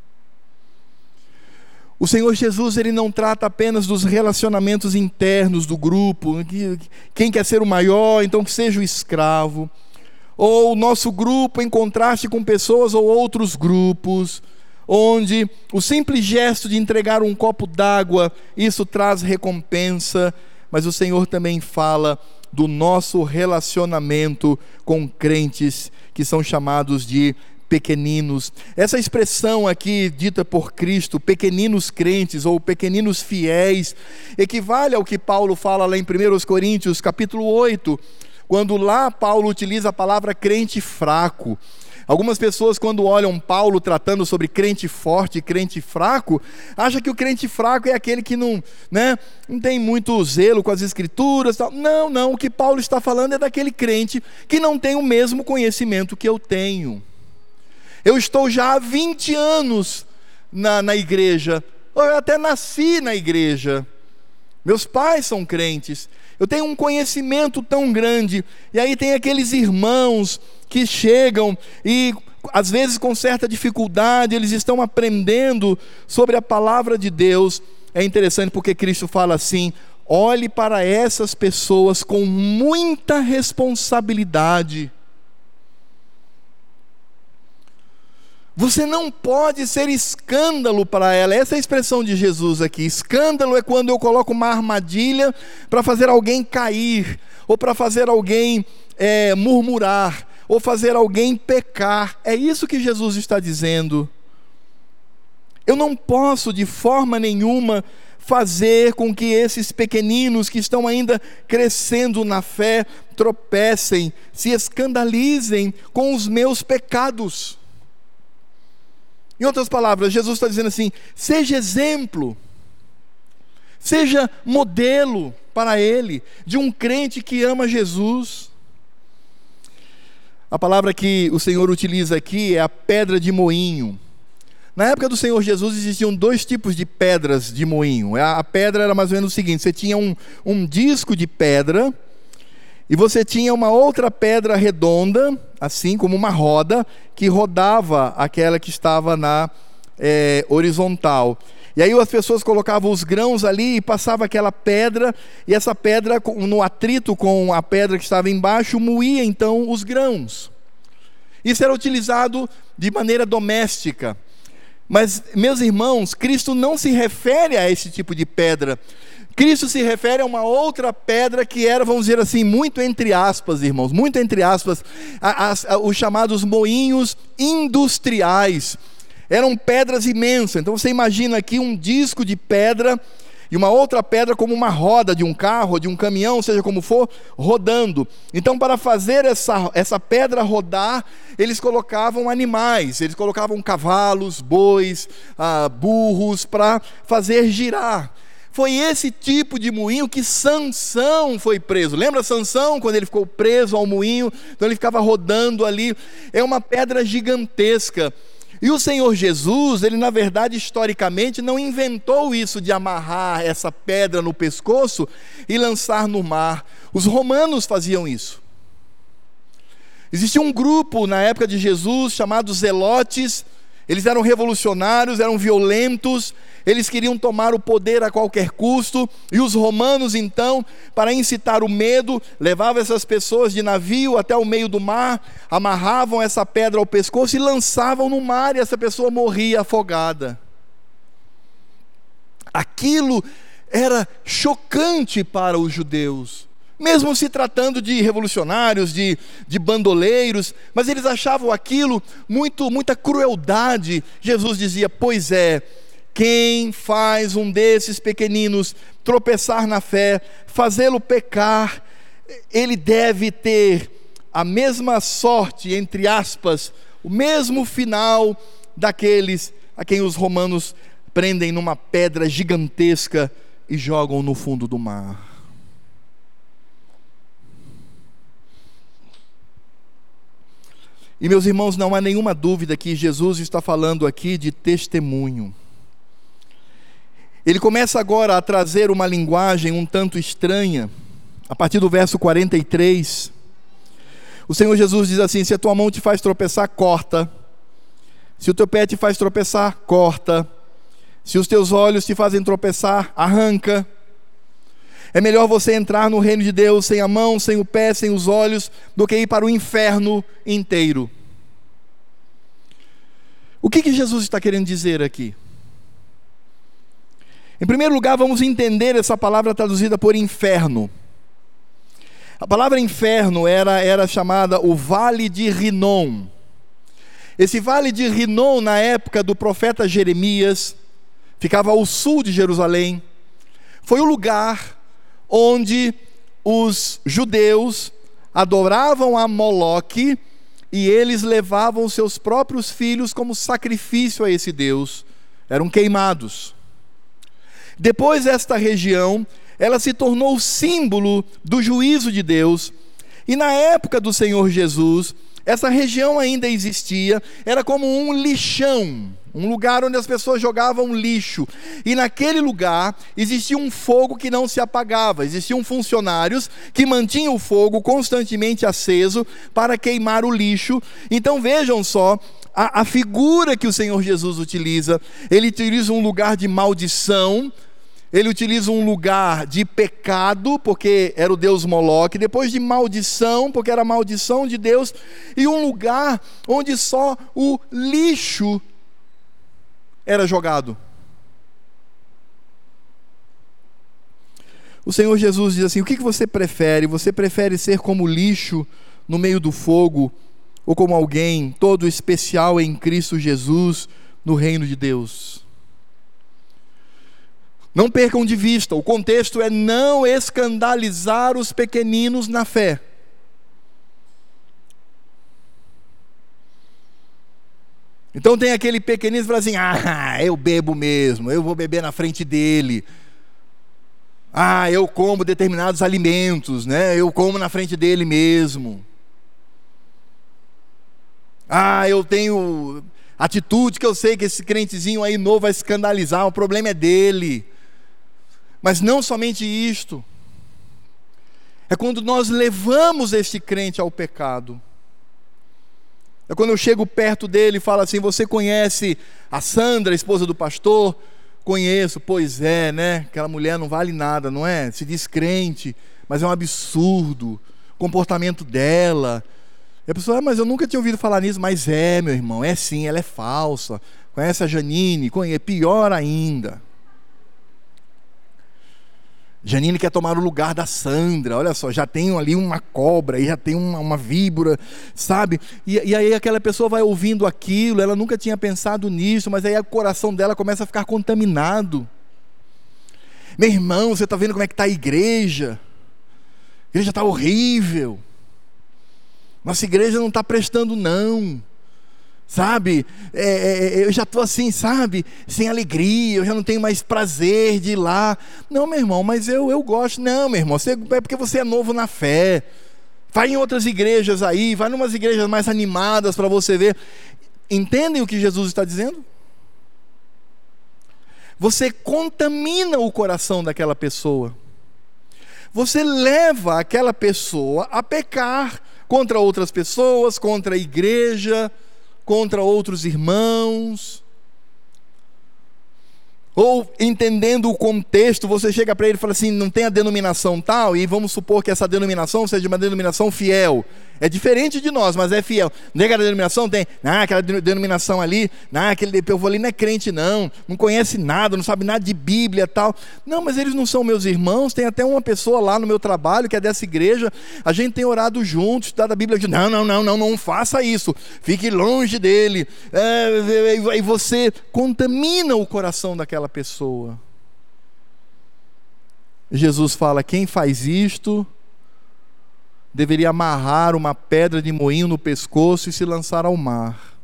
O Senhor Jesus ele não trata apenas dos relacionamentos internos do grupo, quem quer ser o maior, então que seja o escravo, ou o nosso grupo em contraste com pessoas ou outros grupos, onde o simples gesto de entregar um copo d'água, isso traz recompensa, mas o Senhor também fala do nosso relacionamento com crentes que são chamados de pequeninos. Essa expressão aqui dita por Cristo, pequeninos crentes ou pequeninos fiéis, equivale ao que Paulo fala lá em primeira Coríntios capítulo oito, quando lá Paulo utiliza a palavra crente fraco. Algumas pessoas, quando olham Paulo tratando sobre crente forte e crente fraco, acham que o crente fraco é aquele que não, né, não tem muito zelo com as escrituras, tal. Não, não, o que Paulo está falando é daquele crente que não tem o mesmo conhecimento que eu tenho. Eu estou já há vinte anos na, na igreja, eu até nasci na igreja, meus pais são crentes, eu tenho um conhecimento tão grande, e aí tem aqueles irmãos que chegam e às vezes com certa dificuldade, eles estão aprendendo sobre a palavra de Deus. É interessante porque Cristo fala assim: olhe para essas pessoas com muita responsabilidade. Você não pode ser escândalo para ela. Essa é a expressão de Jesus aqui. Escândalo é quando eu coloco uma armadilha para fazer alguém cair, ou para fazer alguém é, murmurar, ou fazer alguém pecar. É isso que Jesus está dizendo. Eu não posso de forma nenhuma fazer com que esses pequeninos que estão ainda crescendo na fé tropecem, se escandalizem com os meus pecados. Em outras palavras, Jesus está dizendo assim: seja exemplo, seja modelo para ele, de um crente que ama Jesus. A palavra que o Senhor utiliza aqui é a pedra de moinho. Na época do Senhor Jesus existiam dois tipos de pedras de moinho. A pedra era mais ou menos o seguinte: você tinha um, um disco de pedra, e você tinha uma outra pedra redonda, assim como uma roda, que rodava aquela que estava na é, horizontal. E aí as pessoas colocavam os grãos ali e passavam aquela pedra, e essa pedra, no atrito com a pedra que estava embaixo, moía então os grãos. Isso era utilizado de maneira doméstica. Mas, meus irmãos, Cristo não se refere a esse tipo de pedra. Cristo se refere a uma outra pedra que era, vamos dizer assim, muito entre aspas, irmãos, muito entre aspas, a, a, a, os chamados moinhos industriais. Eram pedras imensas. Então você imagina aqui um disco de pedra e uma outra pedra como uma roda de um carro, de um caminhão, seja como for, rodando. Então, para fazer essa, essa pedra rodar, eles colocavam animais, eles colocavam cavalos, bois, ah, burros, para fazer girar. Foi esse tipo de moinho que Sansão foi preso. Lembra Sansão, quando ele ficou preso ao moinho? Então ele ficava rodando ali. É uma pedra gigantesca. E o Senhor Jesus, ele na verdade, historicamente, não inventou isso de amarrar essa pedra no pescoço e lançar no mar. Os romanos faziam isso. Existia um grupo na época de Jesus chamado Zelotes. Eles eram revolucionários, eram violentos, eles queriam tomar o poder a qualquer custo, e os romanos então, para incitar o medo, levavam essas pessoas de navio até o meio do mar, amarravam essa pedra ao pescoço e lançavam no mar, e essa pessoa morria afogada. Aquilo era chocante para os judeus, mesmo se tratando de revolucionários, de, de bandoleiros, mas eles achavam aquilo muito, muita crueldade. Jesus dizia: pois é, quem faz um desses pequeninos tropeçar na fé, fazê-lo pecar, ele deve ter a mesma sorte, entre aspas, o mesmo final daqueles a quem os romanos prendem numa pedra gigantesca e jogam no fundo do mar. E, meus irmãos, não há nenhuma dúvida que Jesus está falando aqui de testemunho. Ele começa agora a trazer uma linguagem um tanto estranha. A partir do verso quarenta e três, o Senhor Jesus diz assim: se a tua mão te faz tropeçar, corta. Se o teu pé te faz tropeçar, corta. Se os teus olhos te fazem tropeçar, arranca. É melhor você entrar no reino de Deus sem a mão, sem o pé, sem os olhos, do que ir para o inferno inteiro. O que que Jesus está querendo dizer aqui? Em primeiro lugar, vamos entender essa palavra traduzida por inferno. A palavra inferno era, era chamada o Vale de Rinom. Esse Vale de Rinom, na época do profeta Jeremias, ficava ao sul de Jerusalém. Foi o lugar onde os judeus adoravam a Moloque e eles levavam seus próprios filhos como sacrifício a esse Deus. Eram queimados. Depois esta região, ela se tornou símbolo do juízo de Deus. E na época do Senhor Jesus, essa região ainda existia, era como um lixão, um lugar onde as pessoas jogavam lixo, e naquele lugar existia um fogo que não se apagava, existiam funcionários que mantinham o fogo constantemente aceso para queimar o lixo. Então vejam só, a, a figura que o Senhor Jesus utiliza, ele utiliza um lugar de maldição, ele utiliza um lugar de pecado, porque era o deus Moloque, depois de maldição, porque era a maldição de Deus, e um lugar onde só o lixo era jogado. O Senhor Jesus diz assim: o que você prefere? Você prefere ser como lixo no meio do fogo, ou como alguém todo especial em Cristo Jesus no reino de Deus? Não percam de vista, o contexto é não escandalizar os pequeninos na fé. Então tem aquele pequenino que fala assim: ah, eu bebo mesmo, eu vou beber na frente dele. Ah, eu como determinados alimentos, né? Eu como na frente dele mesmo. Ah, eu tenho atitude que eu sei que esse crentezinho aí novo vai escandalizar, o problema é dele. Mas não somente isto, é quando nós levamos este crente ao pecado. É quando eu chego perto dele e falo assim: você conhece a Sandra, a esposa do pastor? Conheço. Pois é, né? Aquela mulher não vale nada, não é? Se diz crente, mas é um absurdo o comportamento dela. E a pessoa: ah, mas eu nunca tinha ouvido falar nisso. Mas é, meu irmão, é sim, ela é falsa. Conhece a Janine? Conhece. Pior ainda, Janine quer tomar o lugar da Sandra. Olha só, já tem ali uma cobra, já tem uma, uma víbora, sabe? E, e aí aquela pessoa vai ouvindo aquilo, ela nunca tinha pensado nisso, mas aí o coração dela começa a ficar contaminado. Meu irmão, você está vendo como é que está a igreja? A igreja está horrível. Nossa igreja não está prestando não. Sabe, é, é, eu já estou assim, sabe, sem alegria, eu já não tenho mais prazer de ir lá. Não, meu irmão, mas eu, eu gosto. Não, meu irmão, você, é porque você é novo na fé. Vai em outras igrejas aí, vai em umas igrejas mais animadas para você ver. Entendem o que Jesus está dizendo? Você contamina o coração daquela pessoa. Você leva aquela pessoa a pecar contra outras pessoas, contra a igreja, contra outros irmãos. Ou, entendendo o contexto, você chega para ele e fala assim: não tem a denominação tal, e vamos supor que essa denominação seja uma denominação fiel. É diferente de nós, mas é fiel. Não é aquela denominação? Tem. Ah, aquela denominação ali, ah, aquele povo ali não é crente não, não conhece nada, não sabe nada de Bíblia e tal. Não, mas eles não são meus irmãos. Tem até uma pessoa lá no meu trabalho que é dessa igreja, a gente tem orado juntos, estudado a Bíblia. Não, não, não, não, não faça isso, fique longe dele. É, e você contamina o coração daquela pessoa. Jesus fala: quem faz isto deveria amarrar uma pedra de moinho no pescoço e se lançar ao mar.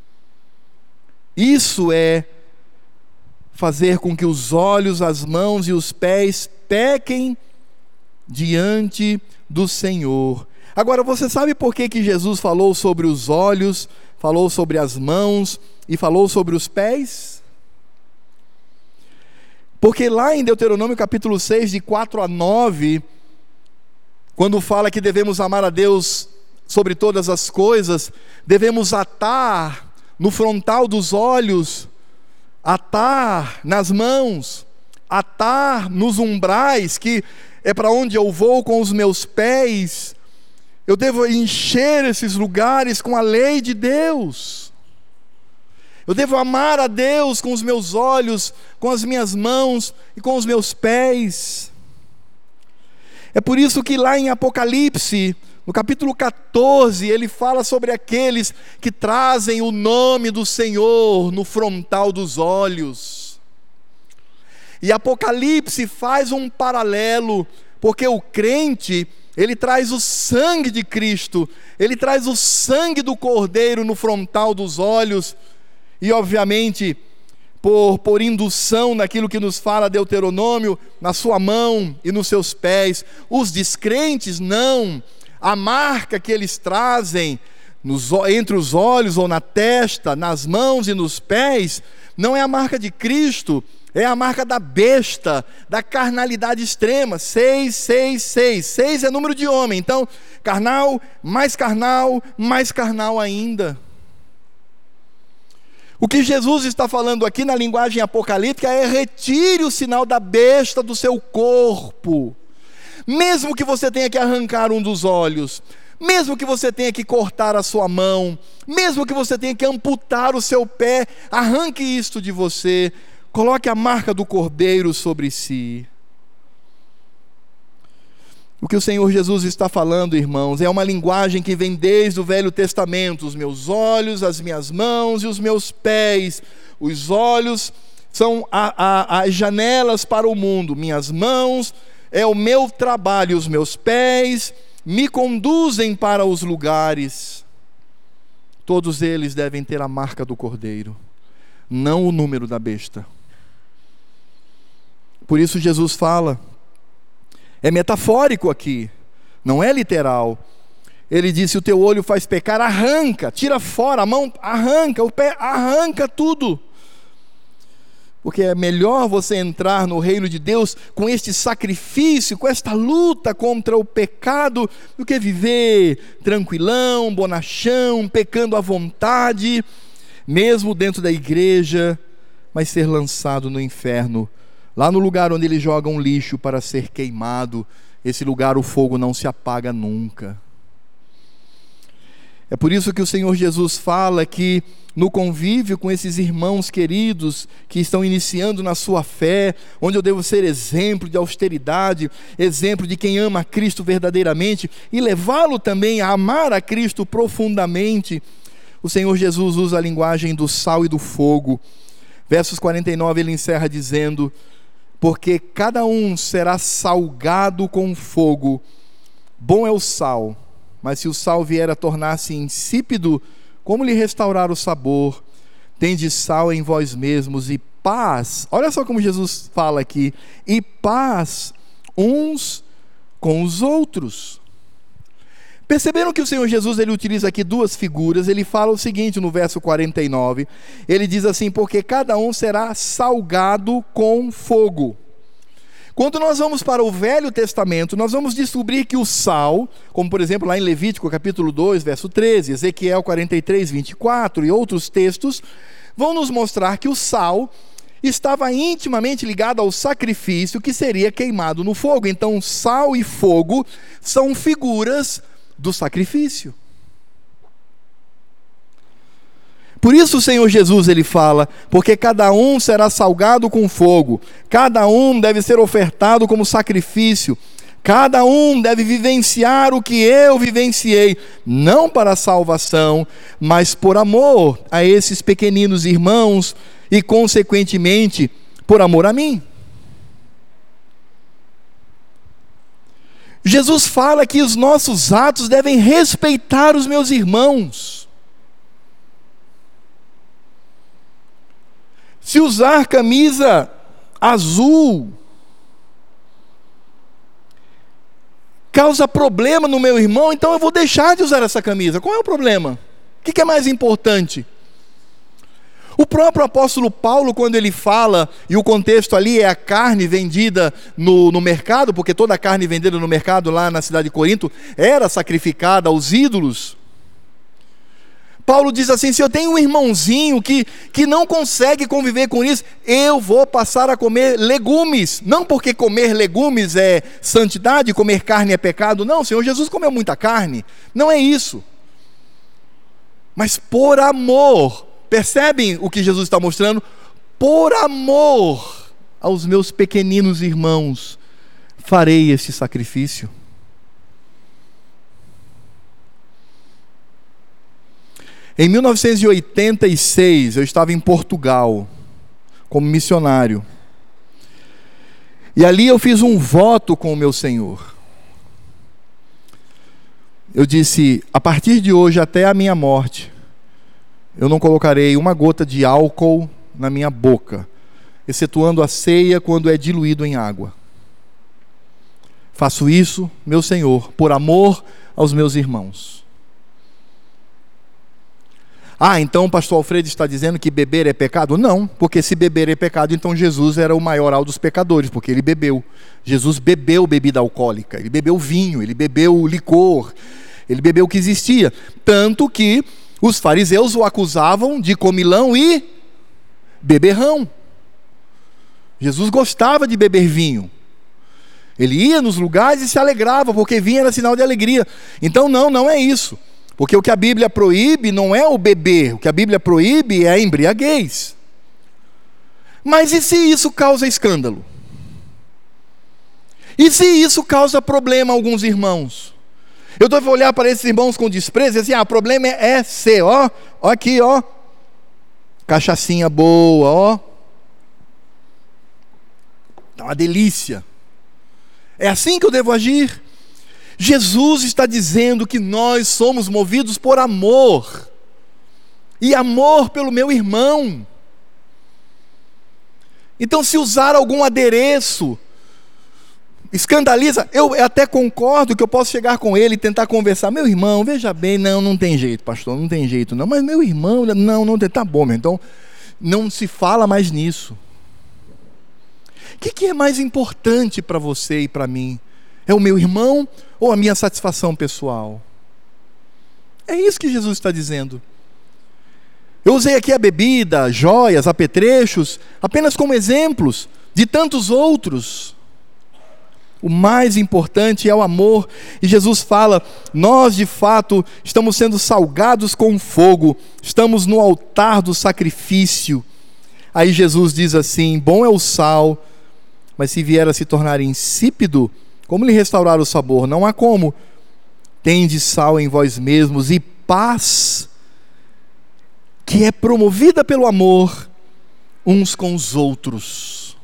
Isso é fazer com que os olhos, as mãos e os pés pequem diante do Senhor. Agora, você sabe por que que Jesus falou sobre os olhos, falou sobre as mãos e falou sobre os pés? Porque lá em Deuteronômio capítulo seis, de quatro a nove, quando fala que devemos amar a Deus sobre todas as coisas, devemos atar no frontal dos olhos, atar nas mãos, atar nos umbrais, que é para onde eu vou com os meus pés. Eu devo encher esses lugares com a lei de Deus. Eu devo amar a Deus com os meus olhos, com as minhas mãos e com os meus pés. É por isso que lá em Apocalipse, no capítulo catorze, ele fala sobre aqueles que trazem o nome do Senhor no frontal dos olhos. E Apocalipse faz um paralelo, porque o crente, ele traz o sangue de Cristo, ele traz o sangue do Cordeiro no frontal dos olhos, e obviamente, por, por indução naquilo que nos fala Deuteronômio, na sua mão e nos seus pés. Os descrentes não, a marca que eles trazem nos, entre os olhos ou na testa, nas mãos e nos pés, não é a marca de Cristo, é a marca da besta, da carnalidade extrema. Seis, seis, seis. Seis é número de homem. Então, carnal, mais carnal, mais carnal ainda. O que Jesus está falando aqui na linguagem apocalíptica é: retire o sinal da besta do seu corpo. Mesmo que você tenha que arrancar um dos olhos, mesmo que você tenha que cortar a sua mão, mesmo que você tenha que amputar o seu pé, arranque isto de você, coloque a marca do Cordeiro sobre si. O que o Senhor Jesus está falando, irmãos, é uma linguagem que vem desde o Velho Testamento. Os meus olhos, as minhas mãos e os meus pés. Os olhos são a, a, as janelas para o mundo. Minhas mãos é o meu trabalho. Os meus pés me conduzem para os lugares. Todos eles devem ter a marca do Cordeiro, não o número da besta. Por isso Jesus fala, é metafórico aqui, não é literal. Ele disse: o teu olho faz pecar, arranca, tira fora, a mão arranca, o pé arranca tudo. Porque é melhor você entrar no reino de Deus com este sacrifício, com esta luta contra o pecado, do que viver tranquilão, bonachão, pecando à vontade, mesmo dentro da igreja, mas ser lançado no inferno, lá no lugar onde eles jogam lixo para ser queimado. Esse lugar o fogo não se apaga nunca. É por isso que o Senhor Jesus fala que no convívio com esses irmãos queridos que estão iniciando na sua fé, onde eu devo ser exemplo de austeridade, exemplo de quem ama a Cristo verdadeiramente e levá-lo também a amar a Cristo profundamente, o Senhor Jesus usa a linguagem do sal e do fogo. Versos quarenta e nove ele encerra dizendo: porque cada um será salgado com fogo. Bom é o sal, mas se o sal vier a tornar-se insípido, como lhe restaurar o sabor? Tende sal em vós mesmos e paz. Olha só como Jesus fala aqui: e paz uns com os outros. Perceberam que o Senhor Jesus ele utiliza aqui duas figuras? Ele fala o seguinte no verso quarenta e nove, ele diz assim: porque cada um será salgado com fogo. Quando nós vamos para o Velho Testamento, nós vamos descobrir que o sal, como por exemplo lá em Levítico capítulo dois, verso treze, Ezequiel quarenta e três, vinte e quatro e outros textos, vão nos mostrar que o sal estava intimamente ligado ao sacrifício que seria queimado no fogo. Então sal e fogo são figuras do sacrifício. Por isso o Senhor Jesus ele fala: porque cada um será salgado com fogo, cada um deve ser ofertado como sacrifício, cada um deve vivenciar o que eu vivenciei, não para a salvação, mas por amor a esses pequeninos irmãos e consequentemente por amor a mim. Jesus fala que os nossos atos devem respeitar os meus irmãos. Se usar camisa azul causa problema no meu irmão, então eu vou deixar de usar essa camisa. Qual é o problema? O que é mais importante? O próprio apóstolo Paulo, quando ele fala, e o contexto ali é a carne vendida no, no mercado, porque toda a carne vendida no mercado lá na cidade de Corinto era sacrificada aos ídolos. Paulo diz assim: se eu tenho um irmãozinho que, que não consegue conviver com isso, eu vou passar a comer legumes. Não porque comer legumes é santidade, comer carne é pecado. Não, o Senhor Jesus comeu muita carne. Não é isso. Mas por amor. Percebem o que Jesus está mostrando? Por amor aos meus pequeninos irmãos, farei este sacrifício. Em mil novecentos e oitenta e seis, eu estava em Portugal, como missionário. E ali eu fiz um voto com o meu Senhor. Eu disse: a partir de hoje até a minha morte, eu não colocarei uma gota de álcool na minha boca, excetuando a ceia quando é diluído em água. Faço isso, meu Senhor, por amor aos meus irmãos. Ah, então o pastor Alfredo está dizendo que beber é pecado? Não, porque se beber é pecado, então Jesus era o maioral dos pecadores, porque ele bebeu. Jesus bebeu bebida alcoólica, ele bebeu vinho, ele bebeu licor, ele bebeu o que existia. Tanto que os fariseus o acusavam de comilão e beberrão. Jesus gostava de beber vinho. Ele ia nos lugares e se alegrava, porque vinho era sinal de alegria. Então não, não é isso. Porque o que a Bíblia proíbe não é o beber, o que a Bíblia proíbe é a embriaguez. Mas e se isso causa escândalo? E se isso causa problema a alguns irmãos? Eu devo olhar para esses irmãos com desprezo e dizer assim, ah, o problema é ser, ó, ó aqui, ó, cachaçinha boa, ó, tá uma delícia. É assim que eu devo agir? Jesus está dizendo que nós somos movidos por amor, e amor pelo meu irmão. Então, se usar algum adereço escandaliza, eu até concordo que eu posso chegar com ele e tentar conversar, meu irmão, veja bem, não, não tem jeito, pastor, não tem jeito não, mas meu irmão, não, não tem, tá bom, meu, então não se fala mais nisso. O que, que é mais importante para você e para mim? É o meu irmão ou a minha satisfação pessoal? É isso que Jesus está dizendo. Eu usei aqui a bebida, joias, apetrechos, apenas como exemplos de tantos outros. O mais importante é o amor. E Jesus fala, nós de fato estamos sendo salgados com fogo, estamos no altar do sacrifício. Aí Jesus diz assim, bom é o sal, mas se vier a se tornar insípido, como lhe restaurar o sabor? Não há como. Tende sal em vós mesmos e paz, que é promovida pelo amor uns com os outros.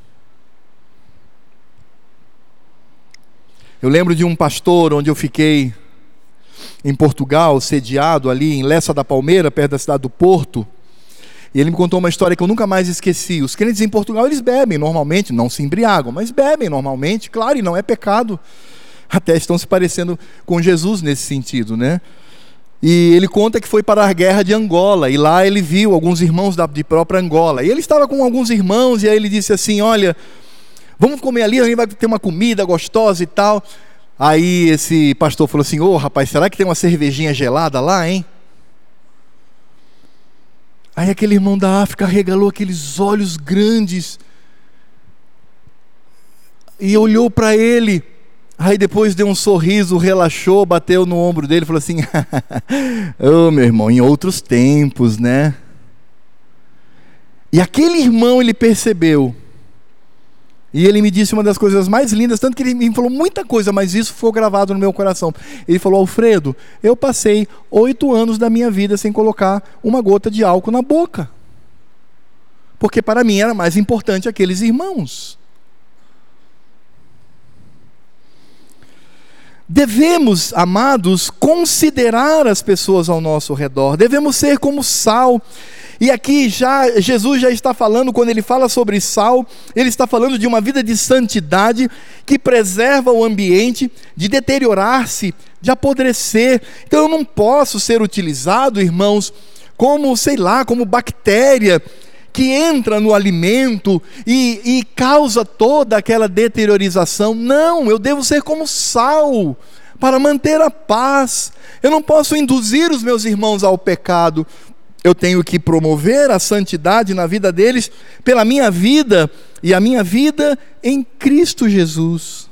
Eu lembro de um pastor onde eu fiquei em Portugal, sediado ali em Lessa da Palmeira, perto da cidade do Porto. E ele me contou uma história que eu nunca mais esqueci. Os crentes em Portugal, eles bebem normalmente, não se embriagam, mas bebem normalmente, claro, e não é pecado. Até estão se parecendo com Jesus nesse sentido, né? E ele conta que foi para a guerra de Angola, e lá ele viu alguns irmãos da, de própria Angola. E ele estava com alguns irmãos, e aí ele disse assim, olha, vamos comer ali, a gente vai ter uma comida gostosa e tal. Aí esse pastor falou assim, ô oh, rapaz, será que tem uma cervejinha gelada lá, hein? Aí aquele irmão da África regalou aqueles olhos grandes e olhou para ele. Aí depois deu um sorriso, relaxou, bateu no ombro dele e falou assim, ô oh, meu irmão, em outros tempos, né? E aquele irmão, ele percebeu. E ele me disse uma das coisas mais lindas, tanto que ele me falou muita coisa, mas isso ficou gravado no meu coração. Ele falou, Alfredo, eu passei oito anos da minha vida sem colocar uma gota de álcool na boca. Porque para mim era mais importante aqueles irmãos. Devemos, amados, considerar as pessoas ao nosso redor. Devemos ser como sal. E aqui já Jesus já está falando, quando ele fala sobre sal, ele está falando de uma vida de santidade que preserva o ambiente de deteriorar-se, de apodrecer. Então eu não posso ser utilizado, irmãos, como, sei lá, como bactéria que entra no alimento e, e causa toda aquela deteriorização. Não, eu devo ser como sal para manter a paz. Eu não posso induzir os meus irmãos ao pecado. Eu tenho que promover a santidade na vida deles pela minha vida e a minha vida em Cristo Jesus.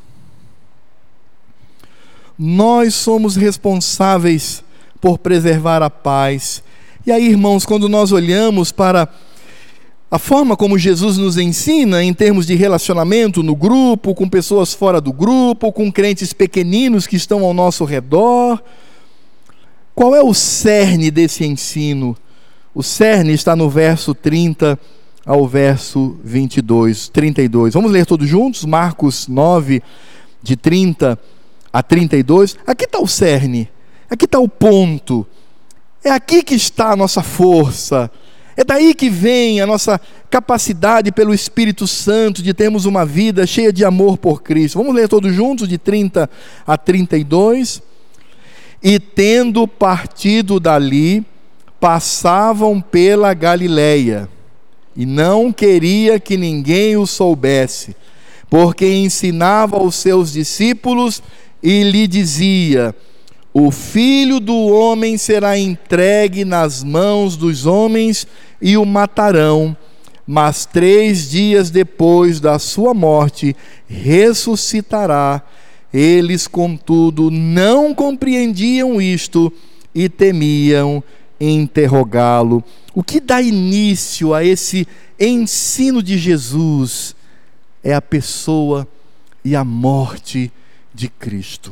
Nós somos responsáveis por preservar a paz. E aí, irmãos, quando nós olhamos para a forma como Jesus nos ensina em termos de relacionamento no grupo, com pessoas fora do grupo, com crentes pequeninos que estão ao nosso redor, qual é o cerne desse ensino? O cerne está no verso trinta ao verso vinte e dois, trinta e dois. Vamos ler todos juntos? Marcos nove, de trinta a trinta e dois. Aqui está o cerne, aqui está o ponto. É aqui que está a nossa força. É daí que vem a nossa capacidade pelo Espírito Santo de termos uma vida cheia de amor por Cristo. Vamos ler todos juntos, de trinta a trinta e dois. E tendo partido dali, passavam pela Galileia, e não queria que ninguém o soubesse, porque ensinava aos seus discípulos e lhe dizia: o Filho do Homem será entregue nas mãos dos homens e o matarão, mas três dias depois da sua morte ressuscitará. Eles, contudo, não compreendiam isto e temiam interrogá-lo. O que dá início a esse ensino de Jesus é a pessoa e a morte de Cristo.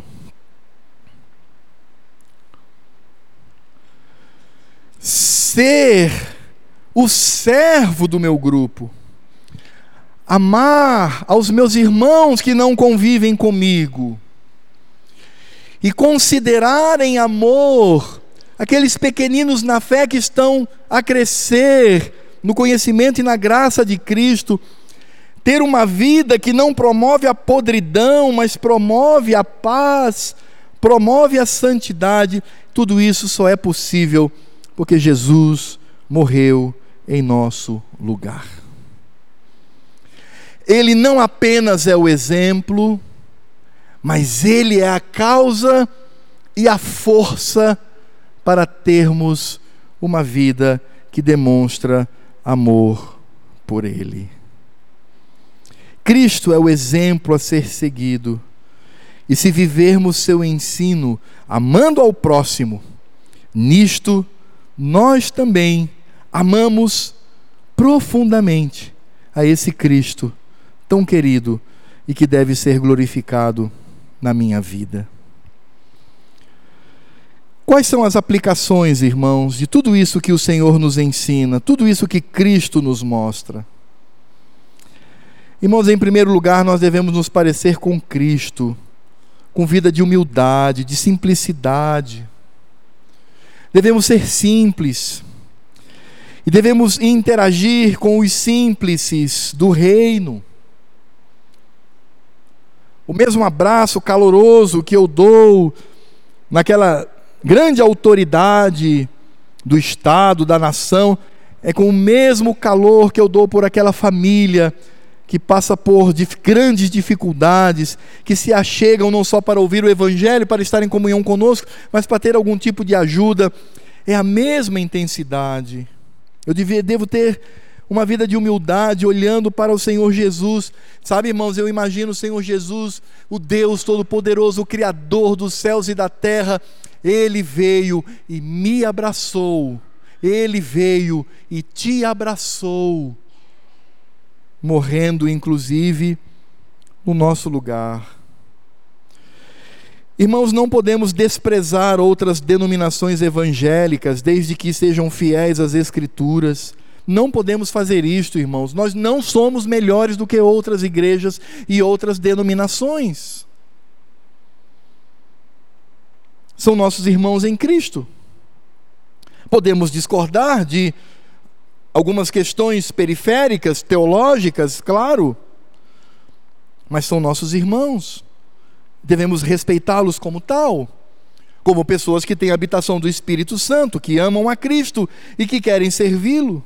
Ser o servo do meu grupo, amar aos meus irmãos que não convivem comigo, e considerar em amor aqueles pequeninos na fé que estão a crescer no conhecimento e na graça de Cristo, ter uma vida que não promove a podridão, mas promove a paz, promove a santidade. Tudo isso só é possível porque Jesus morreu em nosso lugar. Ele não apenas é o exemplo, mas Ele é a causa e a força para termos uma vida que demonstra amor por Ele. Cristo é o exemplo a ser seguido, e se vivermos seu ensino, amando ao próximo, nisto nós também amamos profundamente a esse Cristo tão querido e que deve ser glorificado na minha vida. Quais são as aplicações, irmãos, de tudo isso que o Senhor nos ensina, tudo isso que Cristo nos mostra? Irmãos, em primeiro lugar, nós devemos nos parecer com Cristo, com vida de humildade, de simplicidade. Devemos ser simples e devemos interagir com os simples do reino. O mesmo abraço caloroso que eu dou naquela grande autoridade do Estado, da nação, é com o mesmo calor que eu dou por aquela família que passa por dif- grandes dificuldades, que se achegam não só para ouvir o Evangelho, para estar em comunhão conosco, mas para ter algum tipo de ajuda. É a mesma intensidade. Eu devia, devo ter uma vida de humildade, olhando para o Senhor Jesus. Sabe, irmãos, eu imagino o Senhor Jesus, o Deus Todo-Poderoso, o Criador dos céus e da terra. Ele veio e me abraçou. Ele veio e te abraçou, morrendo inclusive no nosso lugar. Irmãos, não podemos desprezar outras denominações evangélicas, desde que sejam fiéis às Escrituras. Não podemos fazer isto, irmãos. Nós não somos melhores do que outras igrejas e outras denominações. São nossos irmãos em Cristo. Podemos discordar de algumas questões periféricas, teológicas, claro, mas são nossos irmãos. Devemos respeitá-los como tal, como pessoas que têm a habitação do Espírito Santo, que amam a Cristo e que querem servi-lo.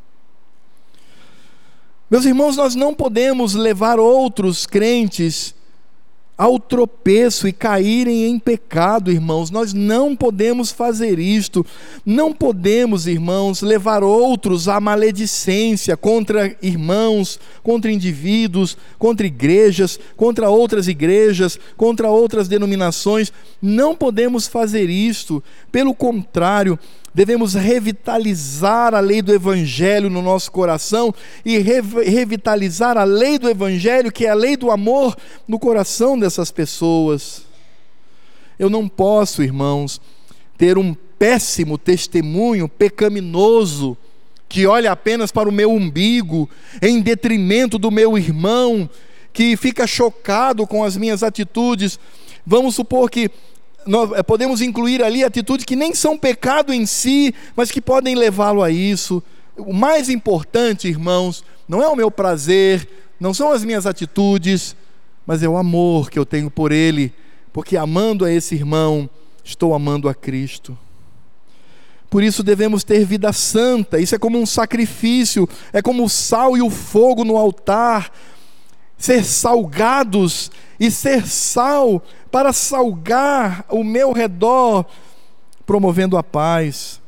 Meus irmãos, nós não podemos levar outros crentes ao tropeço e caírem em pecado, irmãos. Nós não podemos fazer isto. Não podemos, irmãos, levar outros à maledicência contra irmãos, contra indivíduos, contra igrejas, contra outras igrejas, contra outras denominações. Não podemos fazer isto. Pelo contrário, devemos revitalizar a lei do Evangelho no nosso coração e re- revitalizar a lei do Evangelho, que é a lei do amor, no coração dessas pessoas. Eu não posso, irmãos, ter um péssimo testemunho pecaminoso, que olha apenas para o meu umbigo, em detrimento do meu irmão, que fica chocado com as minhas atitudes. Vamos supor que nós podemos incluir ali atitudes que nem são pecado em si, mas que podem levá-lo a isso. O mais importante, irmãos, não é o meu prazer, não são as minhas atitudes, mas é o amor que eu tenho por ele, porque amando a esse irmão, estou amando a Cristo. Por isso devemos ter vida santa. Isso é como um sacrifício, é como o sal e o fogo no altar. Ser salgados e ser sal para salgar o meu redor, promovendo a paz.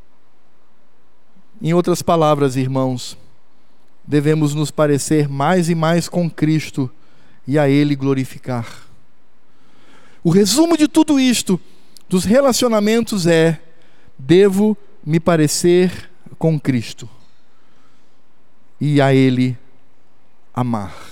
Em outras palavras, irmãos, devemos nos parecer mais e mais com Cristo e a Ele glorificar. O resumo de tudo isto, dos relacionamentos, é: devo me parecer com Cristo e a Ele amar.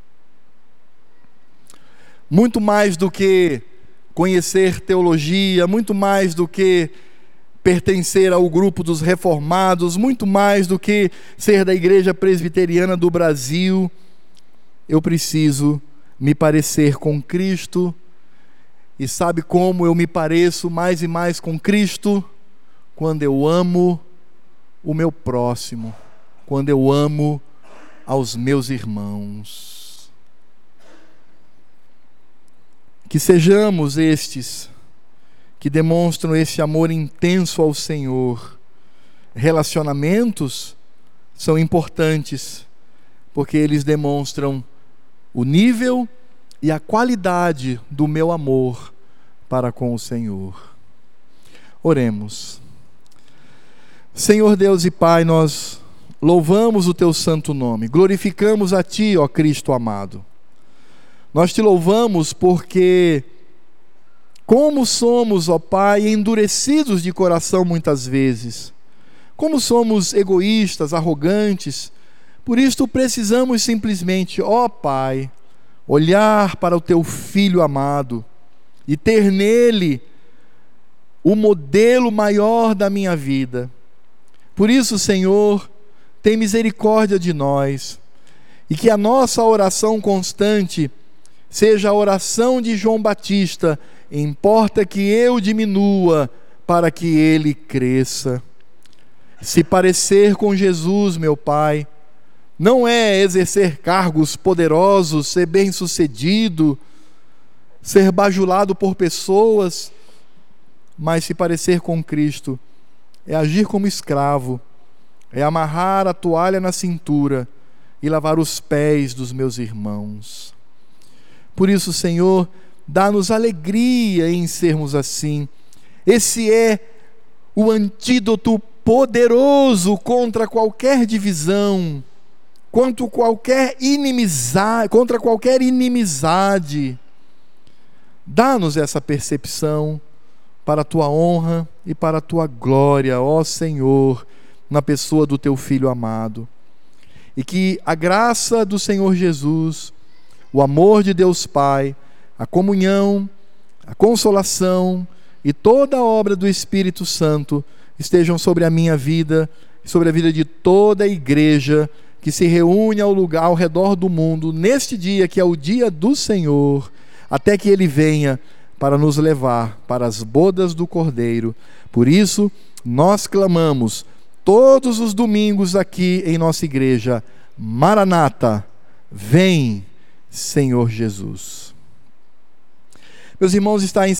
Muito mais do que conhecer teologia, muito mais do que pertencer ao grupo dos reformados, muito mais do que ser da Igreja Presbiteriana do Brasil, eu preciso me parecer com Cristo. E sabe como eu me pareço mais e mais com Cristo? Quando eu amo o meu próximo, quando eu amo aos meus irmãos. Que sejamos estes que demonstram esse amor intenso ao Senhor. Relacionamentos são importantes, porque eles demonstram o nível e a qualidade do meu amor para com o Senhor. Oremos. Senhor Deus e Pai, nós louvamos o Teu santo nome, glorificamos a Ti, ó Cristo amado. Nós Te louvamos porque, como somos, ó Pai, endurecidos de coração muitas vezes, como somos egoístas, arrogantes, por isto precisamos simplesmente, ó Pai, olhar para o Teu Filho amado e ter nele o modelo maior da minha vida. Por isso, Senhor, tem misericórdia de nós, e que a nossa oração constante seja a oração de João Batista: importa que eu diminua para que ele cresça. Se parecer com Jesus, meu Pai, não é exercer cargos poderosos, ser bem-sucedido, ser bajulado por pessoas, mas se parecer com Cristo é agir como escravo, é amarrar a toalha na cintura e lavar os pés dos meus irmãos. Por isso, Senhor, dá-nos alegria em sermos assim. Esse é o antídoto poderoso contra qualquer divisão, contra qualquer inimizade, contra qualquer inimizade. Dá-nos essa percepção para a Tua honra e para a Tua glória, ó Senhor, na pessoa do Teu Filho amado. E que a graça do Senhor Jesus, o amor de Deus Pai, a comunhão, a consolação e toda a obra do Espírito Santo estejam sobre a minha vida, sobre a vida de toda a igreja que se reúne ao lugar, ao redor do mundo, neste dia que é o dia do Senhor, até que Ele venha para nos levar para as bodas do Cordeiro. Por isso, nós clamamos todos os domingos aqui em nossa igreja: Maranata, vem, Senhor Jesus. Meus irmãos, está em